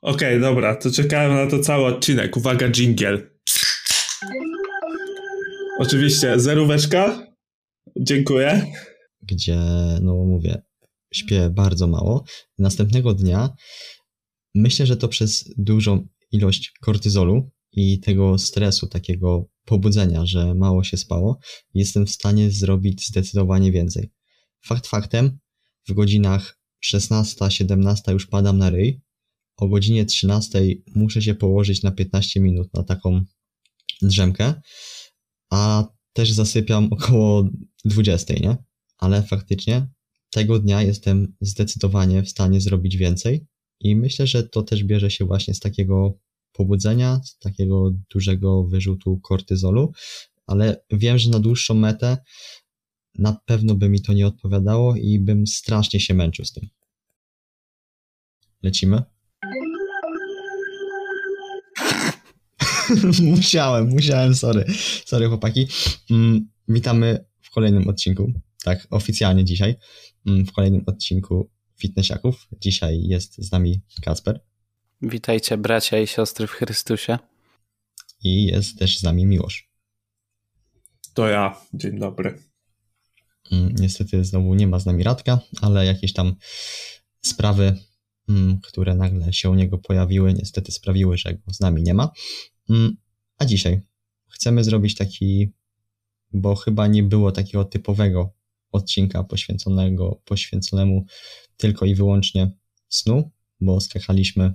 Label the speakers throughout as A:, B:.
A: Okej, dobra, to czekałem na to cały odcinek. Uwaga, dżingiel. Oczywiście, zeróweczka. Dziękuję.
B: Gdzie, no mówię, śpię bardzo mało. Następnego dnia myślę, że to przez dużą ilość kortyzolu i tego stresu, takiego pobudzenia, że mało się spało, jestem w stanie zrobić zdecydowanie więcej. Fakt faktem, w godzinach 16-17 już padam na ryj, o godzinie 13 muszę się położyć na 15 minut na taką drzemkę, a też zasypiam około 20, nie? Ale faktycznie tego dnia jestem zdecydowanie w stanie zrobić więcej i myślę, że to też bierze się właśnie z takiego pobudzenia, z takiego dużego wyrzutu kortyzolu, ale wiem, że na dłuższą metę na pewno by mi to nie odpowiadało i bym strasznie się męczył z tym. Lecimy? Musiałem, sorry chłopaki. Witamy w kolejnym odcinku, tak oficjalnie dzisiaj, w kolejnym odcinku Fitnessiaków. Dzisiaj jest z nami Kacper.
C: Witajcie bracia i siostry w Chrystusie.
B: I jest też z nami Miłosz.
A: To ja, dzień dobry.
B: Niestety znowu nie ma z nami Radka, ale jakieś tam sprawy, które nagle się u niego pojawiły, niestety sprawiły, że go z nami nie ma. A dzisiaj chcemy zrobić taki, bo chyba nie było takiego typowego odcinka poświęconemu tylko i wyłącznie snu, bo skakaliśmy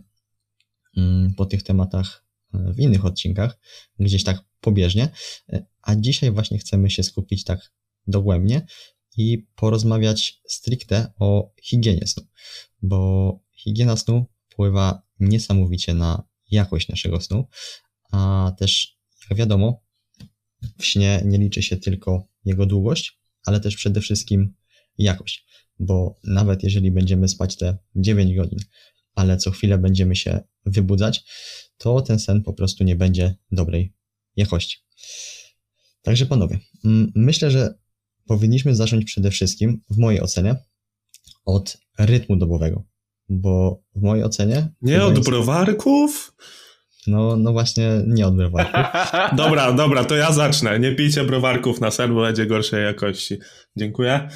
B: po tych tematach w innych odcinkach, gdzieś tak pobieżnie, a dzisiaj właśnie chcemy się skupić tak dogłębnie i porozmawiać stricte o higienie snu, bo higiena snu wpływa niesamowicie na jakość naszego snu, a też, jak wiadomo, w śnie nie liczy się tylko jego długość, ale też przede wszystkim jakość, bo nawet jeżeli będziemy spać te 9 godzin, ale co chwilę będziemy się wybudzać, to ten sen po prostu nie będzie dobrej jakości. Także panowie, myślę, że powinniśmy zacząć przede wszystkim, w mojej ocenie, od rytmu dobowego, bo w mojej ocenie...
A: Nie od browarków?
B: No właśnie, nie od browarków.
A: Dobra, to ja zacznę. Nie pijcie browarków na sen, bo będzie gorszej jakości. Dziękuję.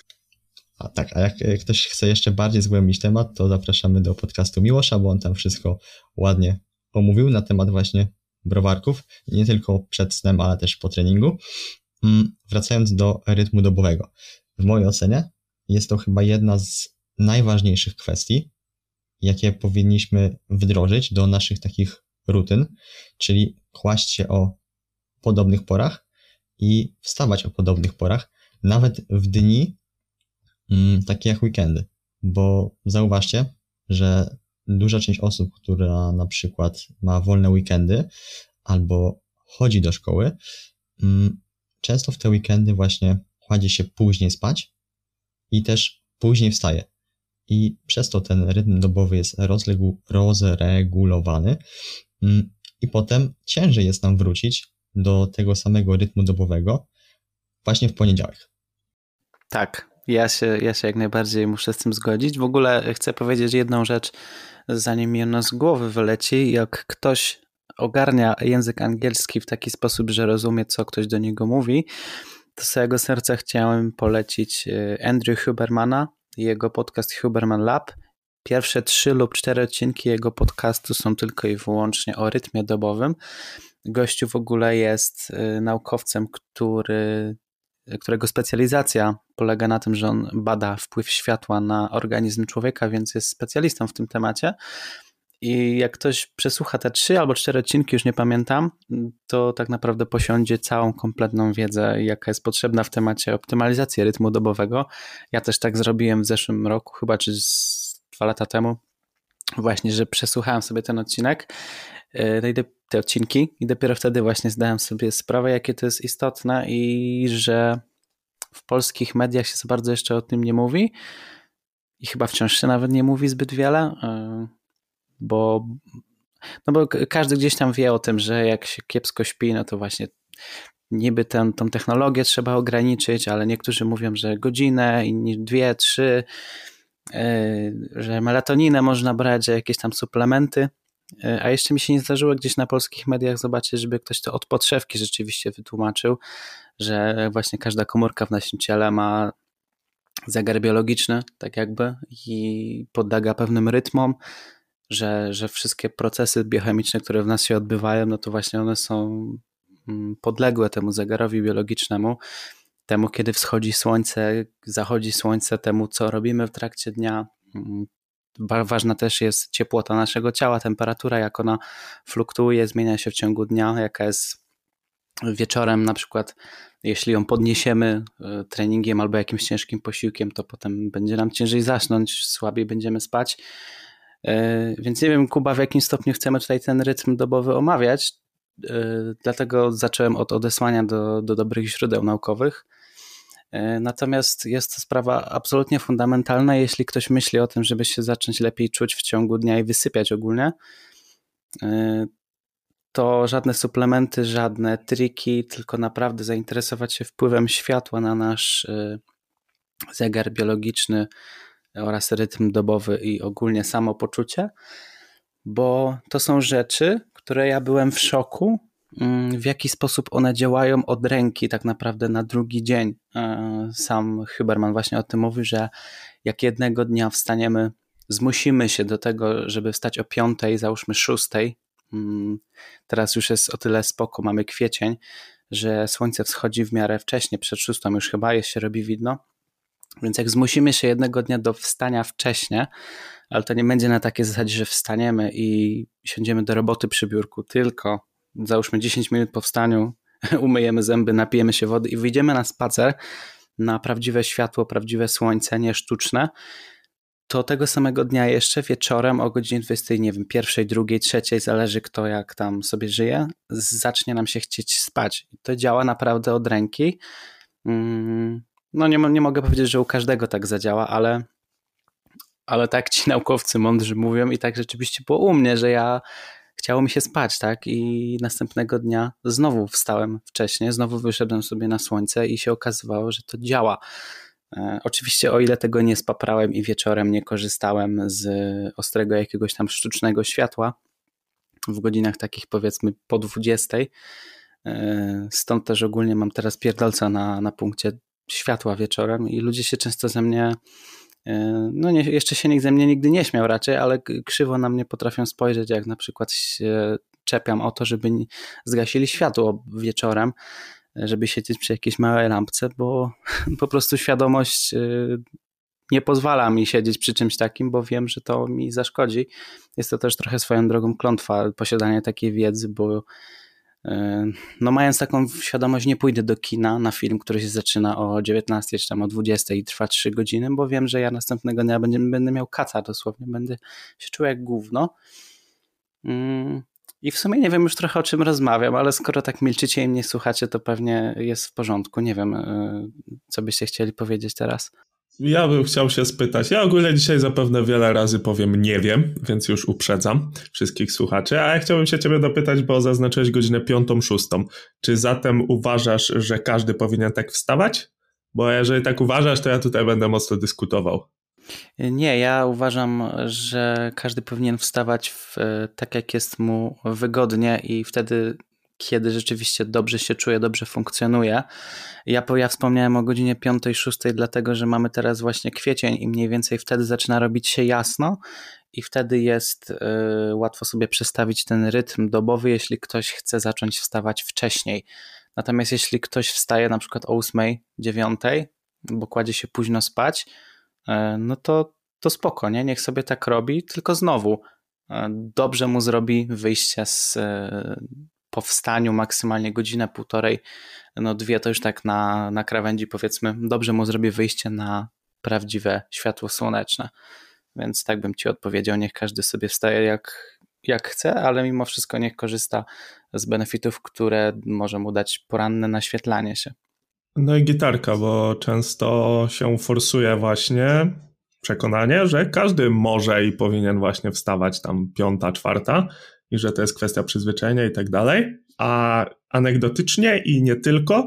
B: A jak ktoś chce jeszcze bardziej zgłębić temat, to zapraszamy do podcastu Miłosza, bo on tam wszystko ładnie omówił na temat właśnie browarków, nie tylko przed snem, ale też po treningu. Wracając do rytmu dobowego. W mojej ocenie jest to chyba jedna z najważniejszych kwestii, jakie powinniśmy wdrożyć do naszych takich rutyn, czyli kłaść się o podobnych porach i wstawać o podobnych porach, nawet w dni takie jak weekendy, bo zauważcie, że duża część osób, która na przykład ma wolne weekendy albo chodzi do szkoły, często w te weekendy właśnie kładzie się później spać i też później wstaje. I przez to ten rytm dobowy jest rozregulowany i potem ciężej jest nam wrócić do tego samego rytmu dobowego właśnie w poniedziałek.
C: Tak, ja się jak najbardziej muszę z tym zgodzić. W ogóle chcę powiedzieć jedną rzecz, zanim mi ono z głowy wyleci. Jak ktoś ogarnia język angielski w taki sposób, że rozumie, co ktoś do niego mówi, to z całego serca chciałem polecić Andrew Hubermana i jego podcast Huberman Lab. Pierwsze 3 lub 4 odcinki jego podcastu są tylko i wyłącznie o rytmie dobowym. Gościu w ogóle jest naukowcem, którego specjalizacja polega na tym, że on bada wpływ światła na organizm człowieka, więc jest specjalistą w tym temacie. I jak ktoś przesłucha te 3 albo 4 odcinki, już nie pamiętam, to tak naprawdę posiądzie całą kompletną wiedzę, jaka jest potrzebna w temacie optymalizacji rytmu dobowego. Ja też tak zrobiłem w zeszłym roku, chyba czy 2 lata temu, właśnie, że przesłuchałem sobie ten odcinek, te odcinki i dopiero wtedy właśnie zdałem sobie sprawę, jakie to jest istotne i że w polskich mediach się za bardzo jeszcze o tym nie mówi i chyba wciąż się nawet nie mówi zbyt wiele, bo każdy gdzieś tam wie o tym, że jak się kiepsko śpi, no to właśnie niby tą technologię trzeba ograniczyć, ale niektórzy mówią, że godzinę, inni 2, 3. że melatoninę można brać, że jakieś tam suplementy, a jeszcze mi się nie zdarzyło gdzieś na polskich mediach zobaczyć, żeby ktoś to od podszewki rzeczywiście wytłumaczył, że właśnie każda komórka w naszym ciele ma zegar biologiczny, tak jakby, i podlega pewnym rytmom, że wszystkie procesy biochemiczne, które w nas się odbywają, no to właśnie one są podległe temu zegarowi biologicznemu, temu, kiedy wschodzi słońce, zachodzi słońce, temu, co robimy w trakcie dnia. Ważna też jest ciepłota naszego ciała, temperatura, jak ona fluktuuje, zmienia się w ciągu dnia, jaka jest wieczorem, na przykład jeśli ją podniesiemy treningiem albo jakimś ciężkim posiłkiem, to potem będzie nam ciężej zasnąć, słabiej będziemy spać. Więc nie wiem, Kuba, w jakim stopniu chcemy tutaj ten rytm dobowy omawiać, dlatego zacząłem od odesłania do dobrych źródeł naukowych. Natomiast jest to sprawa absolutnie fundamentalna, jeśli ktoś myśli o tym, żeby się zacząć lepiej czuć w ciągu dnia i wysypiać ogólnie, to żadne suplementy, żadne triki, tylko naprawdę zainteresować się wpływem światła na nasz zegar biologiczny oraz rytm dobowy i ogólnie samopoczucie, bo to są rzeczy, które ja byłem w szoku, w jaki sposób one działają od ręki tak naprawdę na drugi dzień. Sam Huberman właśnie o tym mówi, że jak jednego dnia wstaniemy, zmusimy się do tego, żeby wstać o 5, załóżmy 6, teraz już jest o tyle spoko, mamy kwiecień, że słońce wschodzi w miarę wcześnie, przed 6 już chyba się robi widno, więc jak zmusimy się jednego dnia do wstania wcześnie, ale to nie będzie na takiej zasadzie, że wstaniemy i siądziemy do roboty przy biurku, tylko załóżmy 10 minut po wstaniu, umyjemy zęby, napijemy się wody i wyjdziemy na spacer na prawdziwe światło, prawdziwe słońce, nie sztuczne, to tego samego dnia jeszcze wieczorem o godzinie 20, nie wiem, 1, 2, 3, zależy kto jak tam sobie żyje, zacznie nam się chcieć spać. To działa naprawdę od ręki. No nie mogę powiedzieć, że u każdego tak zadziała, ale tak ci naukowcy mądrzy mówią i tak rzeczywiście było u mnie, że chciało mi się spać, tak? I następnego dnia znowu wstałem wcześniej, znowu wyszedłem sobie na słońce i się okazywało, że to działa. Oczywiście o ile tego nie spaprałem i wieczorem nie korzystałem z ostrego jakiegoś tam sztucznego światła w godzinach takich powiedzmy po 20, stąd też ogólnie mam teraz pierdolca na punkcie światła wieczorem i ludzie się często ze mnie, no nie, jeszcze się nikt ze mnie nigdy nie śmiał raczej, ale krzywo na mnie potrafią spojrzeć, jak na przykład się czepiam o to, żeby zgasili światło wieczorem, żeby siedzieć przy jakiejś małej lampce, bo po prostu świadomość nie pozwala mi siedzieć przy czymś takim, bo wiem, że to mi zaszkodzi. Jest to też trochę swoją drogą klątwa, posiadanie takiej wiedzy, bo no mając taką świadomość, nie pójdę do kina na film, który się zaczyna o 19 czy tam o 20 i trwa 3 godziny, bo wiem, że ja następnego dnia będę miał kaca dosłownie, będę się czuł jak gówno. I w sumie nie wiem już trochę o czym rozmawiam, ale skoro tak milczycie i mnie słuchacie, to pewnie jest w porządku. Nie wiem, co byście chcieli powiedzieć teraz.
A: Ja bym chciał się spytać. Ja ogólnie dzisiaj zapewne wiele razy powiem nie wiem, więc już uprzedzam wszystkich słuchaczy. A ja chciałbym się ciebie dopytać, bo zaznaczyłeś godzinę 5, 6. Czy zatem uważasz, że każdy powinien tak wstawać? Bo jeżeli tak uważasz, to ja tutaj będę mocno dyskutował.
C: Nie, ja uważam, że każdy powinien wstawać tak, jak jest mu wygodnie i wtedy, kiedy rzeczywiście dobrze się czuje, dobrze funkcjonuje. Ja wspomniałem o godzinie 5, 6, dlatego, że mamy teraz właśnie kwiecień i mniej więcej wtedy zaczyna robić się jasno i wtedy jest łatwo sobie przestawić ten rytm dobowy, jeśli ktoś chce zacząć wstawać wcześniej. Natomiast jeśli ktoś wstaje na przykład o 8, 9, bo kładzie się późno spać, no to spoko, nie? Niech sobie tak robi, tylko znowu dobrze mu zrobi wyjście po wstaniu maksymalnie godzinę, 1,5, no 2 to już tak na krawędzi powiedzmy, dobrze mu zrobi wyjście na prawdziwe światło słoneczne. Więc tak bym ci odpowiedział, niech każdy sobie wstaje jak chce, ale mimo wszystko niech korzysta z benefitów, które może mu dać poranne naświetlanie się.
A: No i gitarka, bo często się forsuje właśnie przekonanie, że każdy może i powinien właśnie wstawać tam 5, 4 i że to jest kwestia przyzwyczajenia i tak dalej, a anegdotycznie i nie tylko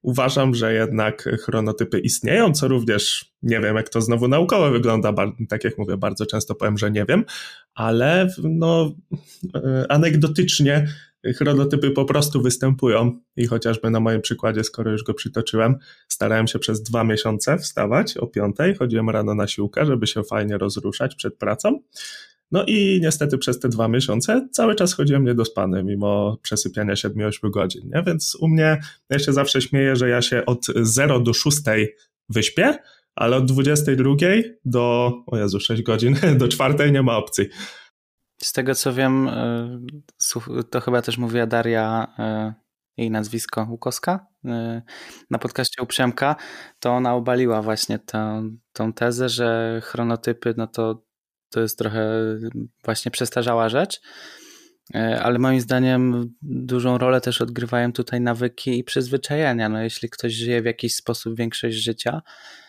A: uważam, że jednak chronotypy istnieją, co również nie wiem, jak to znowu naukowo wygląda, tak jak mówię, bardzo często powiem, że nie wiem, ale no, anegdotycznie chronotypy po prostu występują i chociażby na moim przykładzie, skoro już go przytoczyłem, starałem się przez 2 miesiące wstawać o 5:00, chodziłem rano na siłkę, żeby się fajnie rozruszać przed pracą. No i niestety przez te 2 miesiące cały czas chodziłem niedospany, mimo przesypiania 7-8 godzin, nie? Więc u mnie, ja się zawsze śmieję, że ja się od 0 do 6 wyśpię, ale od 22 do, o Jezu, 6 godzin, do 4 nie ma opcji.
C: Z tego co wiem, to chyba też mówiła Daria, jej nazwisko Łukowska, na podcaście u Przemka, to ona obaliła właśnie tą tezę, że chronotypy, no to jest trochę właśnie przestarzała rzecz, ale moim zdaniem dużą rolę też odgrywają tutaj nawyki i przyzwyczajenia. No jeśli ktoś żyje w jakiś sposób większość życia,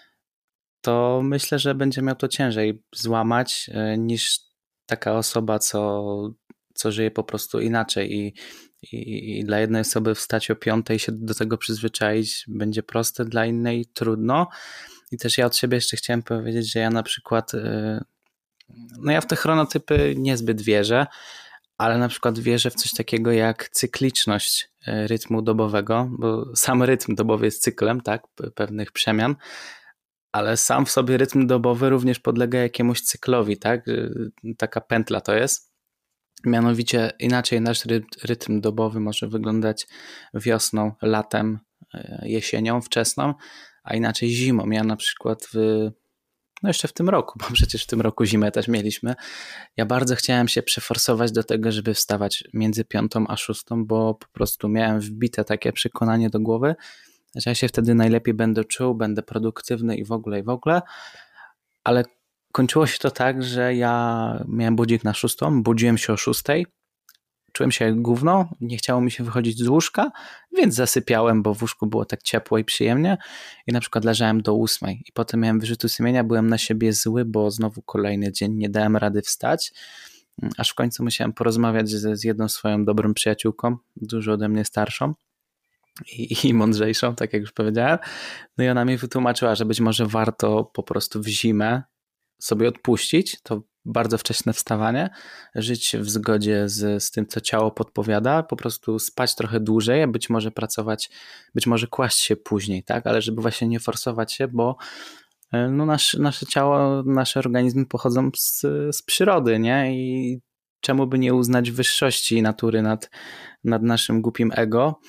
C: to myślę, że będzie miał to ciężej złamać niż taka osoba, co żyje po prostu inaczej i dla jednej osoby wstać o 5:00 i się do tego przyzwyczaić będzie proste, dla innej trudno. I też ja od siebie jeszcze chciałem powiedzieć, że ja na przykład, no ja w te chronotypy niezbyt wierzę, ale na przykład wierzę w coś takiego jak cykliczność rytmu dobowego, bo sam rytm dobowy jest cyklem, tak, pewnych przemian, ale sam w sobie rytm dobowy również podlega jakiemuś cyklowi, tak? Taka pętla to jest. Mianowicie inaczej nasz rytm dobowy może wyglądać wiosną, latem, jesienią wczesną, a inaczej zimą. Ja na przykład no jeszcze w tym roku, bo przecież w tym roku zimę też mieliśmy. Ja bardzo chciałem się przeforsować do tego, żeby wstawać między 5:00 a 6:00, bo po prostu miałem wbite takie przekonanie do głowy, że ja się wtedy najlepiej będę czuł, będę produktywny i w ogóle, ale kończyło się to tak, że ja miałem budzik na 6:00, budziłem się o 6:00, czułem się jak gówno, nie chciało mi się wychodzić z łóżka, więc zasypiałem, bo w łóżku było tak ciepło i przyjemnie i na przykład leżałem do 8:00 i potem miałem wyrzuty sumienia, byłem na siebie zły, bo znowu kolejny dzień nie dałem rady wstać, aż w końcu musiałem porozmawiać z jedną swoją dobrą przyjaciółką, dużo ode mnie starszą i mądrzejszą, tak jak już powiedziałem. No i ona mi wytłumaczyła, że być może warto po prostu w zimę sobie odpuścić to bardzo wczesne wstawanie, żyć w zgodzie z tym, co ciało podpowiada, po prostu spać trochę dłużej, a być może pracować, być może kłaść się później, tak? Ale żeby właśnie nie forsować się, bo no nasze ciało, nasze organizmy pochodzą z przyrody, nie? I czemu by nie uznać wyższości natury nad naszym głupim ego,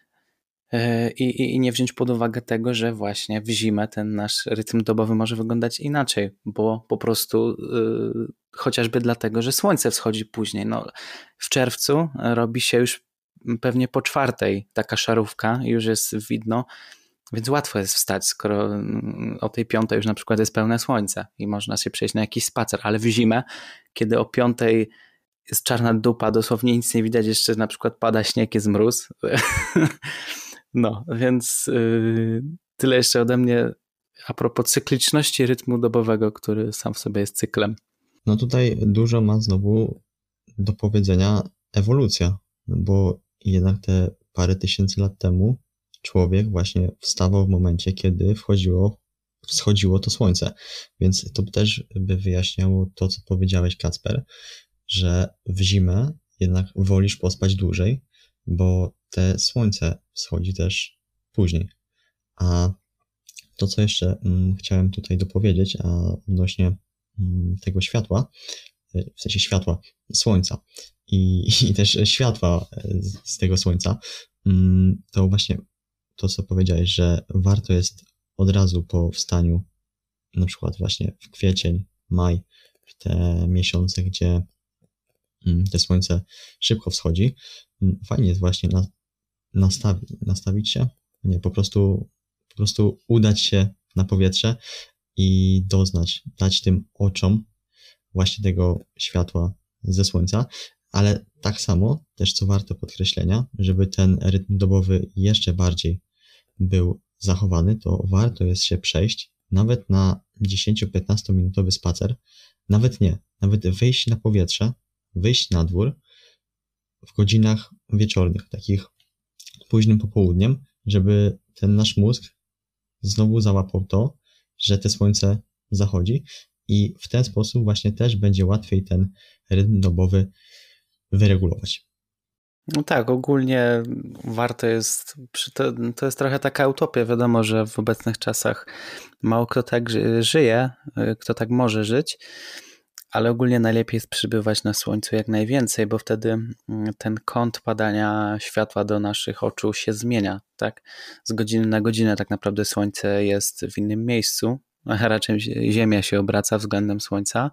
C: i nie wziąć pod uwagę tego, że właśnie w zimę ten nasz rytm dobowy może wyglądać inaczej, bo po prostu chociażby dlatego, że słońce wschodzi później. No, w czerwcu robi się już pewnie po 4:00 taka szarówka i już jest widno, więc łatwo jest wstać, skoro o tej 5:00 już na przykład jest pełne słońce i można się przejść na jakiś spacer, ale w zimę, kiedy o 5:00 jest czarna dupa, dosłownie nic nie widać, jeszcze na przykład pada śnieg, jest mróz. No, więc tyle jeszcze ode mnie a propos cykliczności rytmu dobowego, który sam w sobie jest cyklem.
B: No tutaj dużo ma znowu do powiedzenia ewolucja, bo jednak te parę tysięcy lat temu człowiek właśnie wstawał w momencie, kiedy wschodziło to słońce, więc to też by wyjaśniało to, co powiedziałeś, Kacper, że w zimę jednak wolisz pospać dłużej, bo te słońce wschodzi też później. A to, co jeszcze chciałem tutaj dopowiedzieć, a odnośnie tego światła, w sensie światła, słońca i też światła z tego słońca, to właśnie to, co powiedziałeś, że warto jest od razu po wstaniu, na przykład właśnie w kwiecień, maj, w te miesiące, gdzie te słońce szybko wschodzi, fajnie jest właśnie nastawić się, nie, po prostu udać się na powietrze i dać tym oczom właśnie tego światła ze słońca, ale tak samo też, co warte podkreślenia, żeby ten rytm dobowy jeszcze bardziej był zachowany, to warto jest się przejść nawet na 10-15 minutowy spacer, nawet wyjść na powietrze, wyjść na dwór w godzinach wieczornych, takich późnym popołudniem, żeby ten nasz mózg znowu załapał to, że te słońce zachodzi i w ten sposób właśnie też będzie łatwiej ten rytm dobowy wyregulować.
C: No tak, ogólnie warto jest, to jest trochę taka utopia, wiadomo, że w obecnych czasach mało kto tak żyje, kto tak może żyć, ale ogólnie najlepiej jest przybywać na słońcu jak najwięcej, bo wtedy ten kąt padania światła do naszych oczu się zmienia, tak? Z godziny na godzinę tak naprawdę słońce jest w innym miejscu, a raczej Ziemia się obraca względem słońca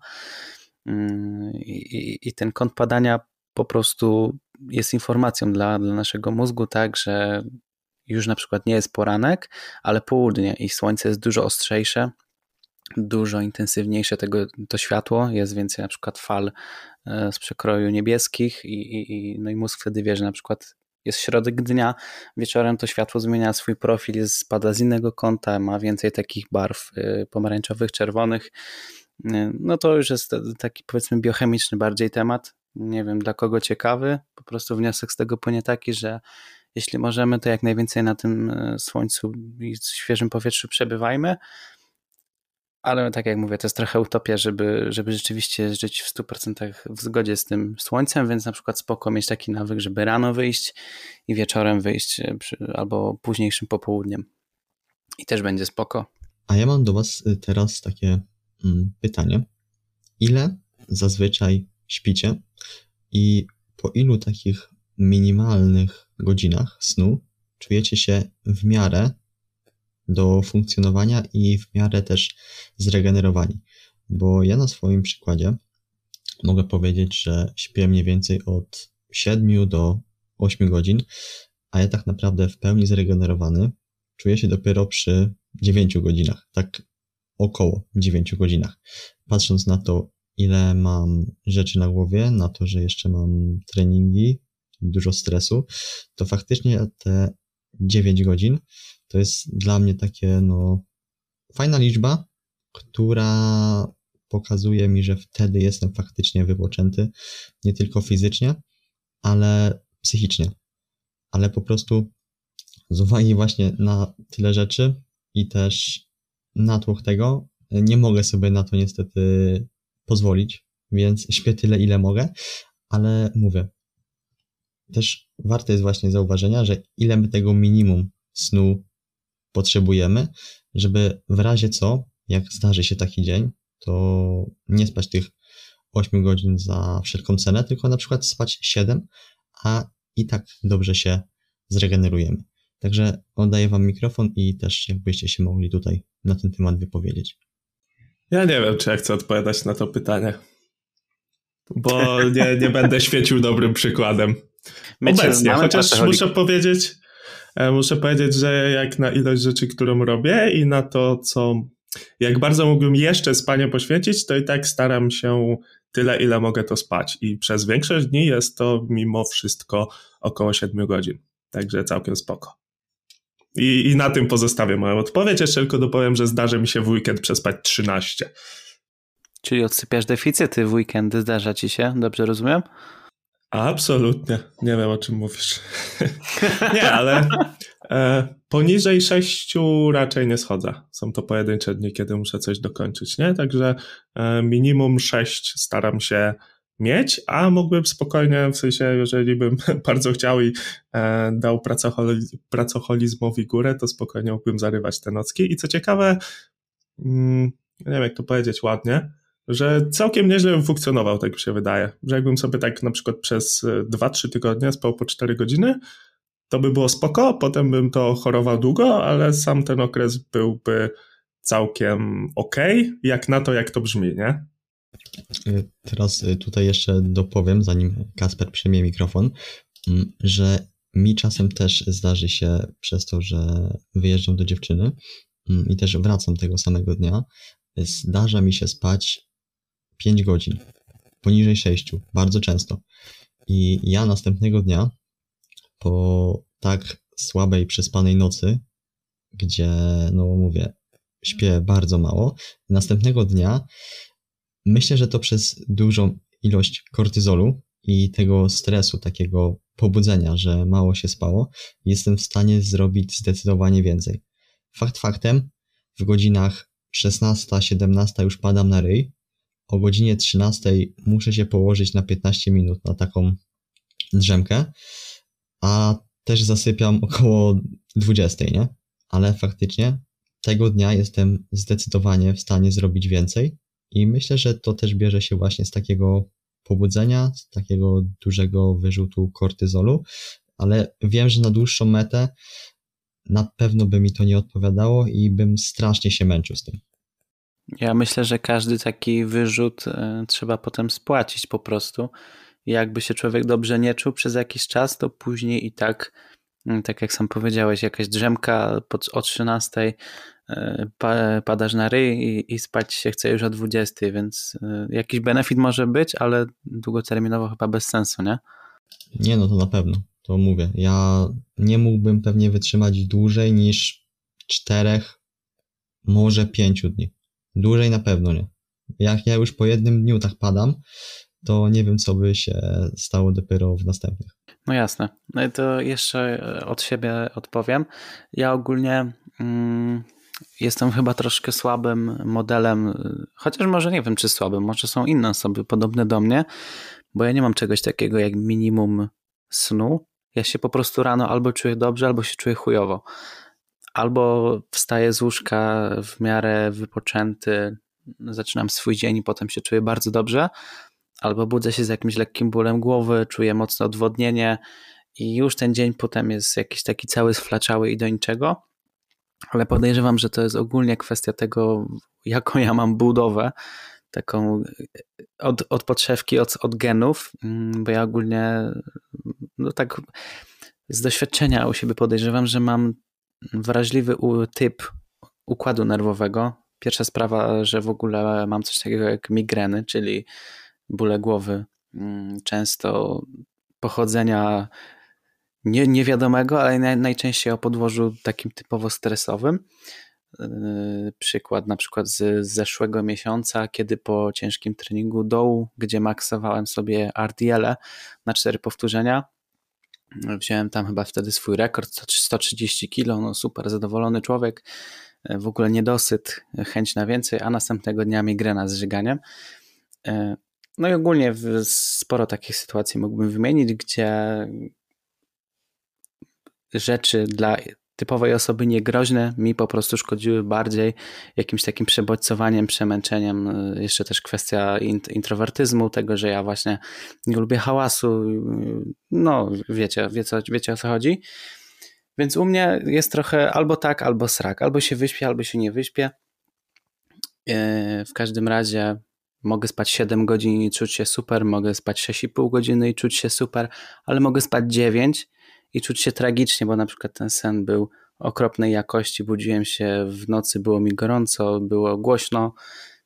C: i ten kąt padania po prostu jest informacją dla naszego mózgu, tak, że już na przykład nie jest poranek, ale południe i słońce jest dużo ostrzejsze, dużo intensywniejsze to światło, jest więcej na przykład fal z przekroju niebieskich no i mózg wtedy wie, że na przykład jest środek dnia, wieczorem to światło zmienia swój profil, spada z innego kąta, ma więcej takich barw pomarańczowych, czerwonych. No to już jest taki, powiedzmy, biochemiczny bardziej temat. Nie wiem, dla kogo ciekawy. Po prostu wniosek z tego płynie taki, że jeśli możemy, to jak najwięcej na tym słońcu i świeżym powietrzu przebywajmy. Ale tak jak mówię, to jest trochę utopia, żeby rzeczywiście żyć w 100% w zgodzie z tym słońcem, więc na przykład spoko mieć taki nawyk, żeby rano wyjść i wieczorem wyjść albo późniejszym popołudniem. I też będzie spoko.
B: A ja mam do was teraz takie pytanie. Ile zazwyczaj śpicie i po ilu takich minimalnych godzinach snu czujecie się w miarę do funkcjonowania i w miarę też zregenerowani? Bo ja na swoim przykładzie mogę powiedzieć, że śpię mniej więcej od 7 do 8 godzin, a ja tak naprawdę w pełni zregenerowany czuję się dopiero przy 9 godzinach, tak około 9 godzinach. Patrząc na to, ile mam rzeczy na głowie, na to, że jeszcze mam treningi, dużo stresu, to faktycznie te 9 godzin to jest dla mnie takie, fajna liczba, która pokazuje mi, że wtedy jestem faktycznie wypoczęty, nie tylko fizycznie, ale psychicznie. Ale po prostu z uwagi właśnie na tyle rzeczy i też natłok tego, nie mogę sobie na to niestety pozwolić, więc śpię tyle, ile mogę, ale mówię, też warte jest właśnie zauważenia, że ile my tego minimum snu potrzebujemy, żeby w razie co, jak zdarzy się taki dzień, to nie spać tych 8 godzin za wszelką cenę, tylko na przykład spać 7, a i tak dobrze się zregenerujemy. Także oddaję wam mikrofon i też jakbyście się mogli tutaj na ten temat wypowiedzieć.
A: Ja nie wiem, czy ja chcę odpowiadać na to pytanie, bo nie będę świecił dobrym przykładem. Obecnie, chociaż muszę powiedzieć, że jak na ilość rzeczy, którą robię i na to, jak bardzo mógłbym jeszcze spanie poświęcić, to i tak staram się tyle, ile mogę to spać. I przez większość dni jest to mimo wszystko około 7 godzin. Także całkiem spoko. I na tym pozostawię moją odpowiedź. Jeszcze tylko dopowiem, że zdarzy mi się w weekend przespać 13.
C: Czyli odsypiasz deficyty w weekendy, zdarza ci się? Dobrze rozumiem?
A: Absolutnie. Nie wiem, o czym mówisz. Nie, ale poniżej 6 raczej nie schodzę. Są to pojedyncze dni, kiedy muszę coś dokończyć, nie? Także minimum 6 staram się mieć, a mógłbym spokojnie, w sensie, jeżeli bym bardzo chciał i dał pracoholizmowi górę, to spokojnie mógłbym zarywać te nocki. I co ciekawe, nie wiem jak to powiedzieć ładnie, że całkiem nieźle bym funkcjonował, tak mi się wydaje. Że jakbym sobie tak na przykład przez 2-3 tygodnie spał po 4 godziny, to by było spoko, potem bym to chorował długo, ale sam ten okres byłby całkiem okej, jak na to, jak to brzmi, nie?
B: Teraz tutaj jeszcze dopowiem, zanim Kasper przyjmie mikrofon, że mi czasem też zdarzy się przez to, że wyjeżdżam do dziewczyny i też wracam tego samego dnia, zdarza mi się spać 5 godzin, poniżej 6, bardzo często. I ja następnego dnia, po tak słabej przespanej nocy, gdzie, mówię, śpię bardzo mało, następnego dnia myślę, że to przez dużą ilość kortyzolu i tego stresu, takiego pobudzenia, że mało się spało, jestem w stanie zrobić zdecydowanie więcej. Fakt faktem, w godzinach 16-17 już padam na ryj, o godzinie 13 muszę się położyć na 15 minut na taką drzemkę, a też zasypiam około 20, nie? Ale faktycznie tego dnia jestem zdecydowanie w stanie zrobić więcej i myślę, że to też bierze się właśnie z takiego pobudzenia, z takiego dużego wyrzutu kortyzolu, ale wiem, że na dłuższą metę na pewno by mi to nie odpowiadało i bym strasznie się męczył z tym.
C: Ja myślę, że każdy taki wyrzut trzeba potem spłacić po prostu. Jakby się człowiek dobrze nie czuł przez jakiś czas, to później i tak jak sam powiedziałeś, jakaś drzemka o 13 padasz na ryj i spać się chce już o 20, więc jakiś benefit może być, ale długoterminowo chyba bez sensu, nie?
B: Nie, no to na pewno, to mówię. Ja nie mógłbym pewnie wytrzymać dłużej niż 4, może 5 dni. Dłużej na pewno nie. Jak ja już po jednym dniu tak padam, to nie wiem, co by się stało dopiero w następnych.
C: No jasne. No i to jeszcze od siebie odpowiem. Ja ogólnie jestem chyba troszkę słabym modelem, chociaż może nie wiem, czy słabym, może są inne osoby podobne do mnie, bo ja nie mam czegoś takiego jak minimum snu. Ja się po prostu rano albo czuję dobrze, albo się czuję chujowo. Albo wstaję z łóżka w miarę wypoczęty, zaczynam swój dzień i potem się czuję bardzo dobrze, albo budzę się z jakimś lekkim bólem głowy, czuję mocne odwodnienie i już ten dzień potem jest jakiś taki cały sflaczały i do niczego, ale podejrzewam, że to jest ogólnie kwestia tego, jaką ja mam budowę, taką od podszewki, od genów, bo ja ogólnie no tak z doświadczenia u siebie podejrzewam, że mam wrażliwy typ układu nerwowego. Pierwsza sprawa, że w ogóle mam coś takiego jak migreny, czyli bóle głowy, często pochodzenia niewiadomego, ale najczęściej o podłożu takim typowo stresowym. Przykład na przykład z zeszłego miesiąca, kiedy po ciężkim treningu dołu, gdzie maksowałem sobie RDL-e na 4 powtórzenia, wziąłem tam chyba wtedy swój rekord, 130 kg, no super, zadowolony człowiek, w ogóle niedosyt, chęć na więcej, a następnego dnia migrena z żyganiem. No i ogólnie sporo takich sytuacji mógłbym wymienić, gdzie rzeczy dla typowej osoby niegroźne mi po prostu szkodziły bardziej jakimś takim przebodźcowaniem, przemęczeniem. Jeszcze też kwestia introwertyzmu, tego, że ja właśnie nie lubię hałasu. No wiecie o co chodzi. Więc u mnie jest trochę albo tak, albo srak. Albo się wyśpię, albo się nie wyśpię. W każdym razie mogę spać 7 godzin i czuć się super, mogę spać 6,5 godziny i czuć się super, ale mogę spać 9 i czuć się tragicznie, bo na przykład ten sen był okropnej jakości, budziłem się w nocy, było mi gorąco, było głośno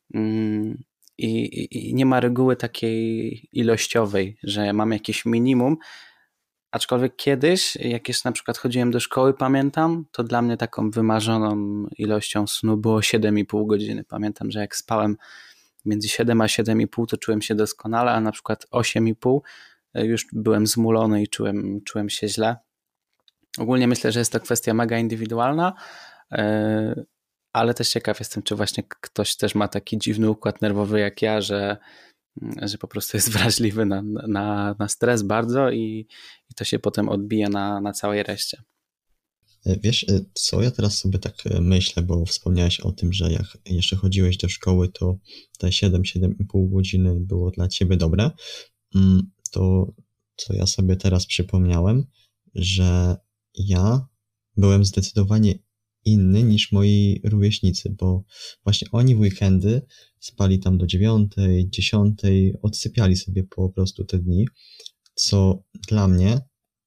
C: i nie ma reguły takiej ilościowej, że mam jakieś minimum, aczkolwiek kiedyś, jak jeszcze na przykład chodziłem do szkoły, pamiętam, to dla mnie taką wymarzoną ilością snu było 7,5 godziny. Pamiętam, że jak spałem między 7 a 7,5 to czułem się doskonale, a na przykład 8,5 już byłem zmulony i czułem się źle. Ogólnie myślę, że jest to kwestia mega indywidualna, ale też ciekaw jestem, czy właśnie ktoś też ma taki dziwny układ nerwowy jak ja, że po prostu jest wrażliwy na stres bardzo i to się potem odbija na całej reszcie.
B: Wiesz co, ja teraz sobie tak myślę, bo wspomniałeś o tym, że jak jeszcze chodziłeś do szkoły, to te 7-7,5 godziny było dla ciebie dobre. To co ja sobie teraz przypomniałem, że ja byłem zdecydowanie inny niż moi rówieśnicy, bo właśnie oni w weekendy spali tam do 9, 10, odsypiali sobie po prostu te dni, co dla mnie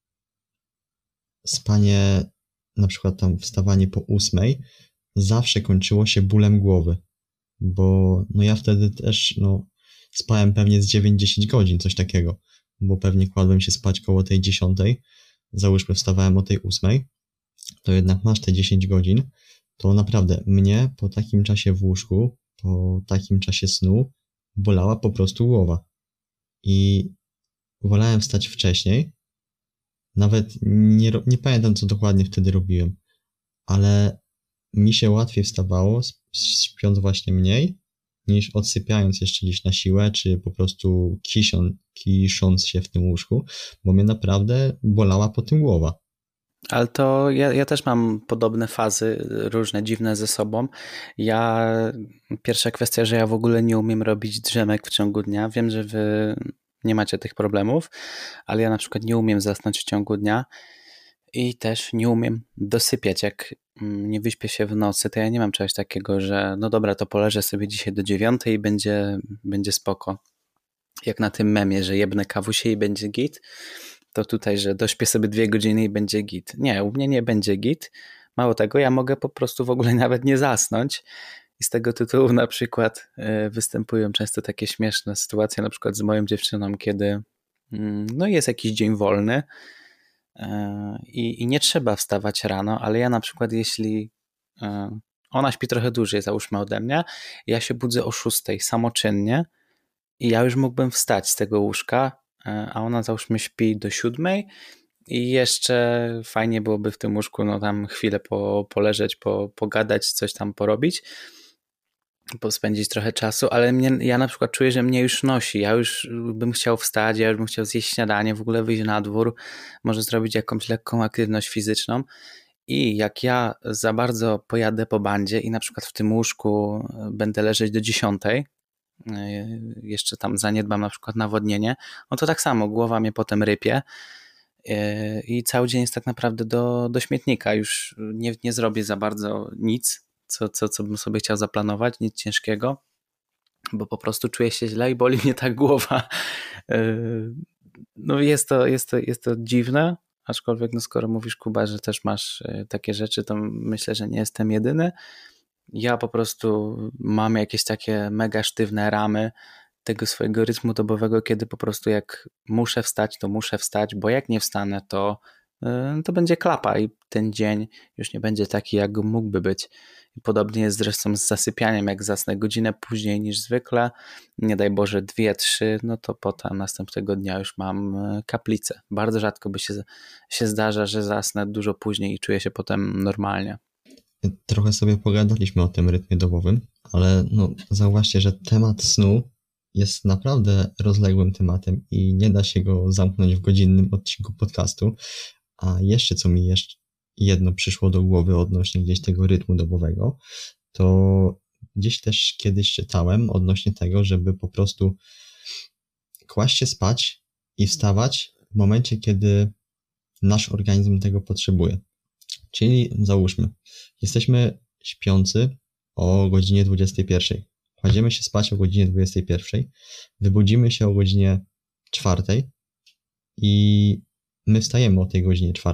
B: spanie, na przykład tam wstawanie po 8 zawsze kończyło się bólem głowy, bo no ja wtedy też spałem pewnie z 9-10 godzin, coś takiego, bo pewnie kładłem się spać koło tej 10, załóżmy wstawałem o tej 8, to jednak masz te 10 godzin, to naprawdę mnie po takim czasie w łóżku, po takim czasie snu bolała po prostu głowa. I wolałem wstać wcześniej. Nawet nie pamiętam, co dokładnie wtedy robiłem, ale mi się łatwiej wstawało, śpiąc właśnie mniej, niż odsypiając jeszcze gdzieś na siłę, czy po prostu kisząc się w tym łóżku, bo mnie naprawdę bolała po tym głowa.
C: Ale to ja też mam podobne fazy, różne, dziwne ze sobą. Pierwsza kwestia, że ja w ogóle nie umiem robić drzemek w ciągu dnia. Wiem, że wy nie macie tych problemów, ale ja na przykład nie umiem zasnąć w ciągu dnia i też nie umiem dosypiać. Jak nie wyśpię się w nocy, to ja nie mam czegoś takiego, że no dobra, to poleżę sobie dzisiaj do 9 i będzie spoko. Jak na tym memie, że jebnę kawusie i będzie git, to tutaj, że dośpię sobie 2 godziny i będzie git. Nie, u mnie nie będzie git. Mało tego, ja mogę po prostu w ogóle nawet nie zasnąć i z tego tytułu na przykład występują często takie śmieszne sytuacje, na przykład z moją dziewczyną, kiedy no jest jakiś dzień wolny i nie trzeba wstawać rano, ale ja na przykład jeśli ona śpi trochę dłużej, załóżmy ode mnie, ja się budzę o 6 samoczynnie i ja już mógłbym wstać z tego łóżka, a ona załóżmy śpi do 7 i jeszcze fajnie byłoby w tym łóżku no tam chwilę poleżeć, pogadać, coś tam porobić, spędzić trochę czasu, ale ja na przykład czuję, że mnie już nosi, ja już bym chciał wstać, ja już bym chciał zjeść śniadanie, w ogóle wyjść na dwór, może zrobić jakąś lekką aktywność fizyczną i jak ja za bardzo pojadę po bandzie i na przykład w tym łóżku będę leżeć do 10, jeszcze tam zaniedbam na przykład nawodnienie, no to tak samo głowa mnie potem rypie i cały dzień jest tak naprawdę do śmietnika, już nie zrobię za bardzo nic, co bym sobie chciał zaplanować, nic ciężkiego, bo po prostu czuję się źle i boli mnie tak głowa. No jest to dziwne, aczkolwiek no skoro mówisz, Kuba, że też masz takie rzeczy, to myślę, że nie jestem jedyny. Ja po prostu mam jakieś takie mega sztywne ramy tego swojego rytmu dobowego, kiedy po prostu jak muszę wstać, to muszę wstać, bo jak nie wstanę, to będzie klapa i ten dzień już nie będzie taki, jak mógłby być. I podobnie jest zresztą z zasypianiem, jak zasnę godzinę później niż zwykle, nie daj Boże 2-3, no to potem następnego dnia już mam kaplicę. Bardzo rzadko się zdarza, że zasnę dużo później i czuję się potem normalnie.
B: Trochę sobie pogadaliśmy o tym rytmie dobowym, ale no, zauważcie, że temat snu jest naprawdę rozległym tematem i nie da się go zamknąć w godzinnym odcinku podcastu. A jeszcze co mi jedno przyszło do głowy odnośnie gdzieś tego rytmu dobowego, to gdzieś też kiedyś czytałem odnośnie tego, żeby po prostu kłaść się spać i wstawać w momencie, kiedy nasz organizm tego potrzebuje. Czyli załóżmy, jesteśmy śpiący o godzinie 21. Kładziemy się spać o godzinie 21, wybudzimy się o godzinie 4 i my wstajemy o tej godzinie 4.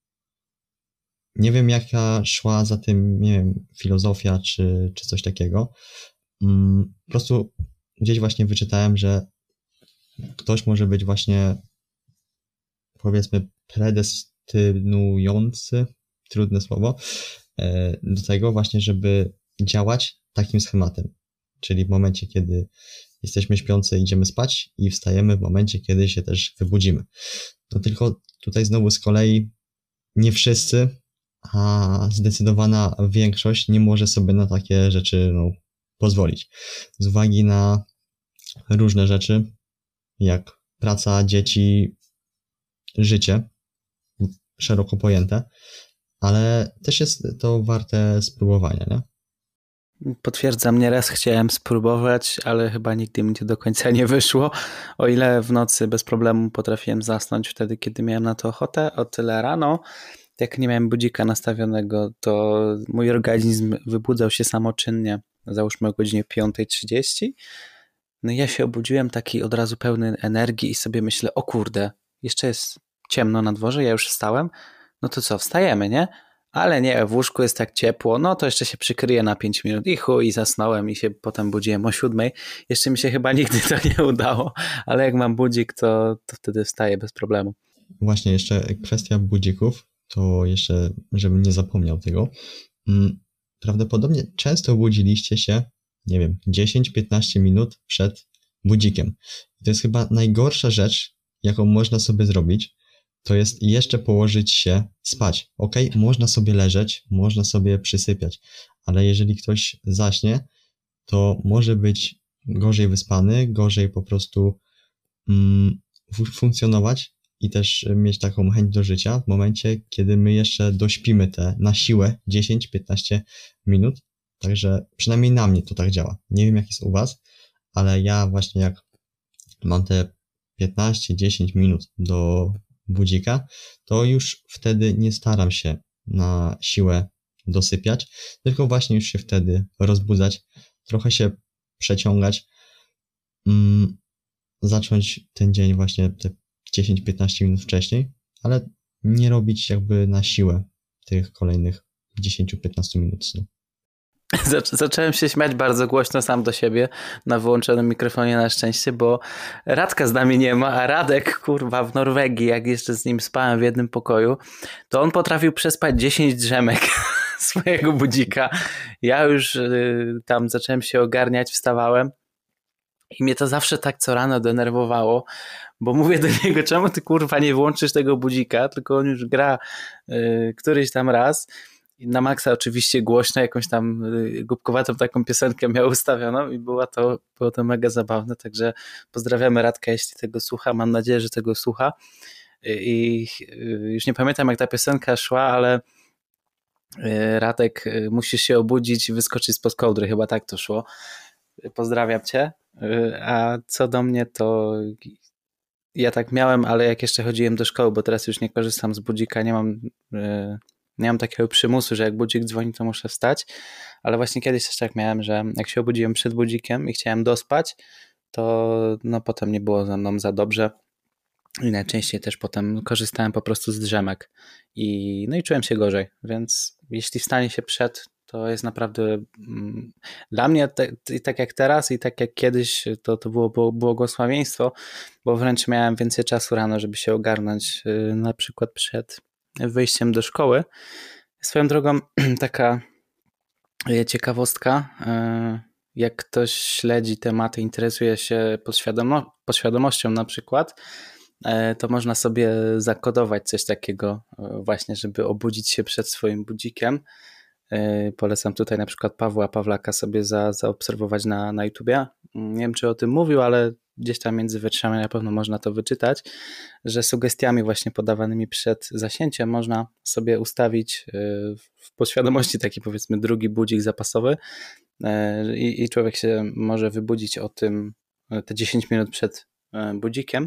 B: Nie wiem, jaka szła za tym, nie wiem, filozofia czy coś takiego. Po prostu gdzieś właśnie wyczytałem, że ktoś może być właśnie, powiedzmy, predestynujący, trudne słowo, do tego właśnie, żeby działać takim schematem. Czyli w momencie, kiedy jesteśmy śpiący, idziemy spać i wstajemy w momencie, kiedy się też wybudzimy. No tylko tutaj znowu z kolei nie wszyscy, a zdecydowana większość nie może sobie na takie rzeczy pozwolić. Z uwagi na różne rzeczy, jak praca, dzieci, życie, szeroko pojęte, ale też jest to warte spróbowania, nie?
C: Potwierdzam, nieraz chciałem spróbować, ale chyba nigdy mi to do końca nie wyszło. O ile w nocy bez problemu potrafiłem zasnąć wtedy, kiedy miałem na to ochotę, o tyle rano, jak nie miałem budzika nastawionego, to mój organizm wybudzał się samoczynnie, załóżmy o godzinie 5:30. No i ja się obudziłem taki od razu pełny energii i sobie myślę, o kurde, jeszcze jest ciemno na dworze, ja już wstałem, no to co, wstajemy, nie? Ale nie, w łóżku jest tak ciepło, no to jeszcze się przykryję na 5 minut i chuj, i zasnąłem i się potem budziłem o 7. Jeszcze mi się chyba nigdy to nie udało, ale jak mam budzik, to wtedy wstaję bez problemu.
B: Właśnie jeszcze kwestia budzików, to jeszcze, żebym nie zapomniał tego, prawdopodobnie często budziliście się, nie wiem, 10-15 minut przed budzikiem. To jest chyba najgorsza rzecz, jaką można sobie zrobić, to jest jeszcze położyć się spać. Okej, można sobie leżeć, można sobie przysypiać, ale jeżeli ktoś zaśnie, to może być gorzej wyspany, gorzej po prostu funkcjonować i też mieć taką chęć do życia w momencie, kiedy my jeszcze dośpimy te na siłę 10-15 minut. Także przynajmniej na mnie to tak działa. Nie wiem jak jest u was, ale ja właśnie jak mam te 15-10 minut do budzika, to już wtedy nie staram się na siłę dosypiać, tylko właśnie już się wtedy rozbudzać, trochę się przeciągać, zacząć ten dzień właśnie te 10-15 minut wcześniej, ale nie robić jakby na siłę tych kolejnych 10-15 minut snu.
C: Zacząłem się śmiać bardzo głośno sam do siebie na wyłączonym mikrofonie na szczęście, bo Radka z nami nie ma, a Radek, kurwa, w Norwegii, jak jeszcze z nim spałem w jednym pokoju, to on potrafił przespać 10 drzemek swojego budzika. Ja już tam zacząłem się ogarniać, wstawałem i mnie to zawsze tak co rano denerwowało, bo mówię do niego, czemu ty kurwa nie włączysz tego budzika, tylko on już gra któryś tam raz. Na maksa oczywiście głośno, jakąś tam głupkowatą taką piosenkę miał ustawioną i było to mega zabawne, także pozdrawiamy Radka, jeśli tego słucha, mam nadzieję, że tego słucha i już nie pamiętam jak ta piosenka szła, ale Radek, musisz się obudzić i wyskoczyć spod kołdry, chyba tak to szło. Pozdrawiam cię, a co do mnie to ja tak miałem, ale jak jeszcze chodziłem do szkoły, bo teraz już nie korzystam z budzika, nie mam takiego przymusu, że jak budzik dzwoni, to muszę wstać, ale właśnie kiedyś też tak miałem, że jak się obudziłem przed budzikiem i chciałem dospać, to no potem nie było ze mną za dobrze i najczęściej też potem korzystałem po prostu z drzemek i czułem się gorzej, więc jeśli wstanie się przed, to jest naprawdę dla mnie tak jak teraz i tak jak kiedyś to było błogosławieństwo, bo wręcz miałem więcej czasu rano, żeby się ogarnąć na przykład przed wyjściem do szkoły. Swoją drogą taka ciekawostka, jak ktoś śledzi tematy, interesuje się podświadomością na przykład, to można sobie zakodować coś takiego właśnie, żeby obudzić się przed swoim budzikiem. Polecam tutaj na przykład Pawła Pawlaka sobie zaobserwować na YouTubie. Nie wiem, czy o tym mówił, ale gdzieś tam między wierszami na pewno można to wyczytać, że sugestiami właśnie podawanymi przed zasięciem można sobie ustawić w podświadomości taki powiedzmy drugi budzik zapasowy i człowiek się może wybudzić o tym te 10 minut przed budzikiem.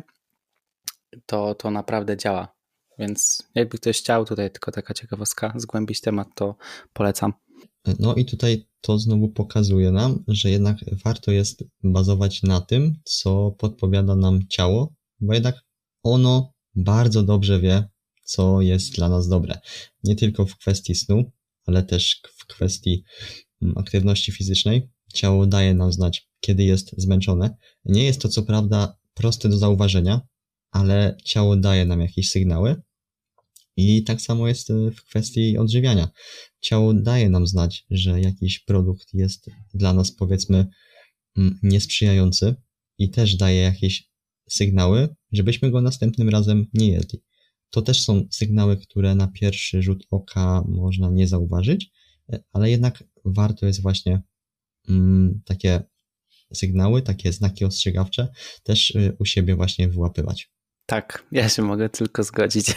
C: To naprawdę działa. Więc jakby ktoś chciał, tutaj tylko taka ciekawostka, zgłębić temat, to polecam.
B: No i tutaj to znowu pokazuje nam, że jednak warto jest bazować na tym, co podpowiada nam ciało, bo jednak ono bardzo dobrze wie, co jest dla nas dobre. Nie tylko w kwestii snu, ale też w kwestii aktywności fizycznej. Ciało daje nam znać, kiedy jest zmęczone. Nie jest to co prawda proste do zauważenia, ale ciało daje nam jakieś sygnały. I tak samo jest w kwestii odżywiania. Ciało daje nam znać, że jakiś produkt jest dla nas powiedzmy niesprzyjający i też daje jakieś sygnały, żebyśmy go następnym razem nie jedli. To też są sygnały, które na pierwszy rzut oka można nie zauważyć, ale jednak warto jest właśnie takie sygnały, takie znaki ostrzegawcze też u siebie właśnie wyłapywać.
C: Tak, ja się mogę tylko zgodzić.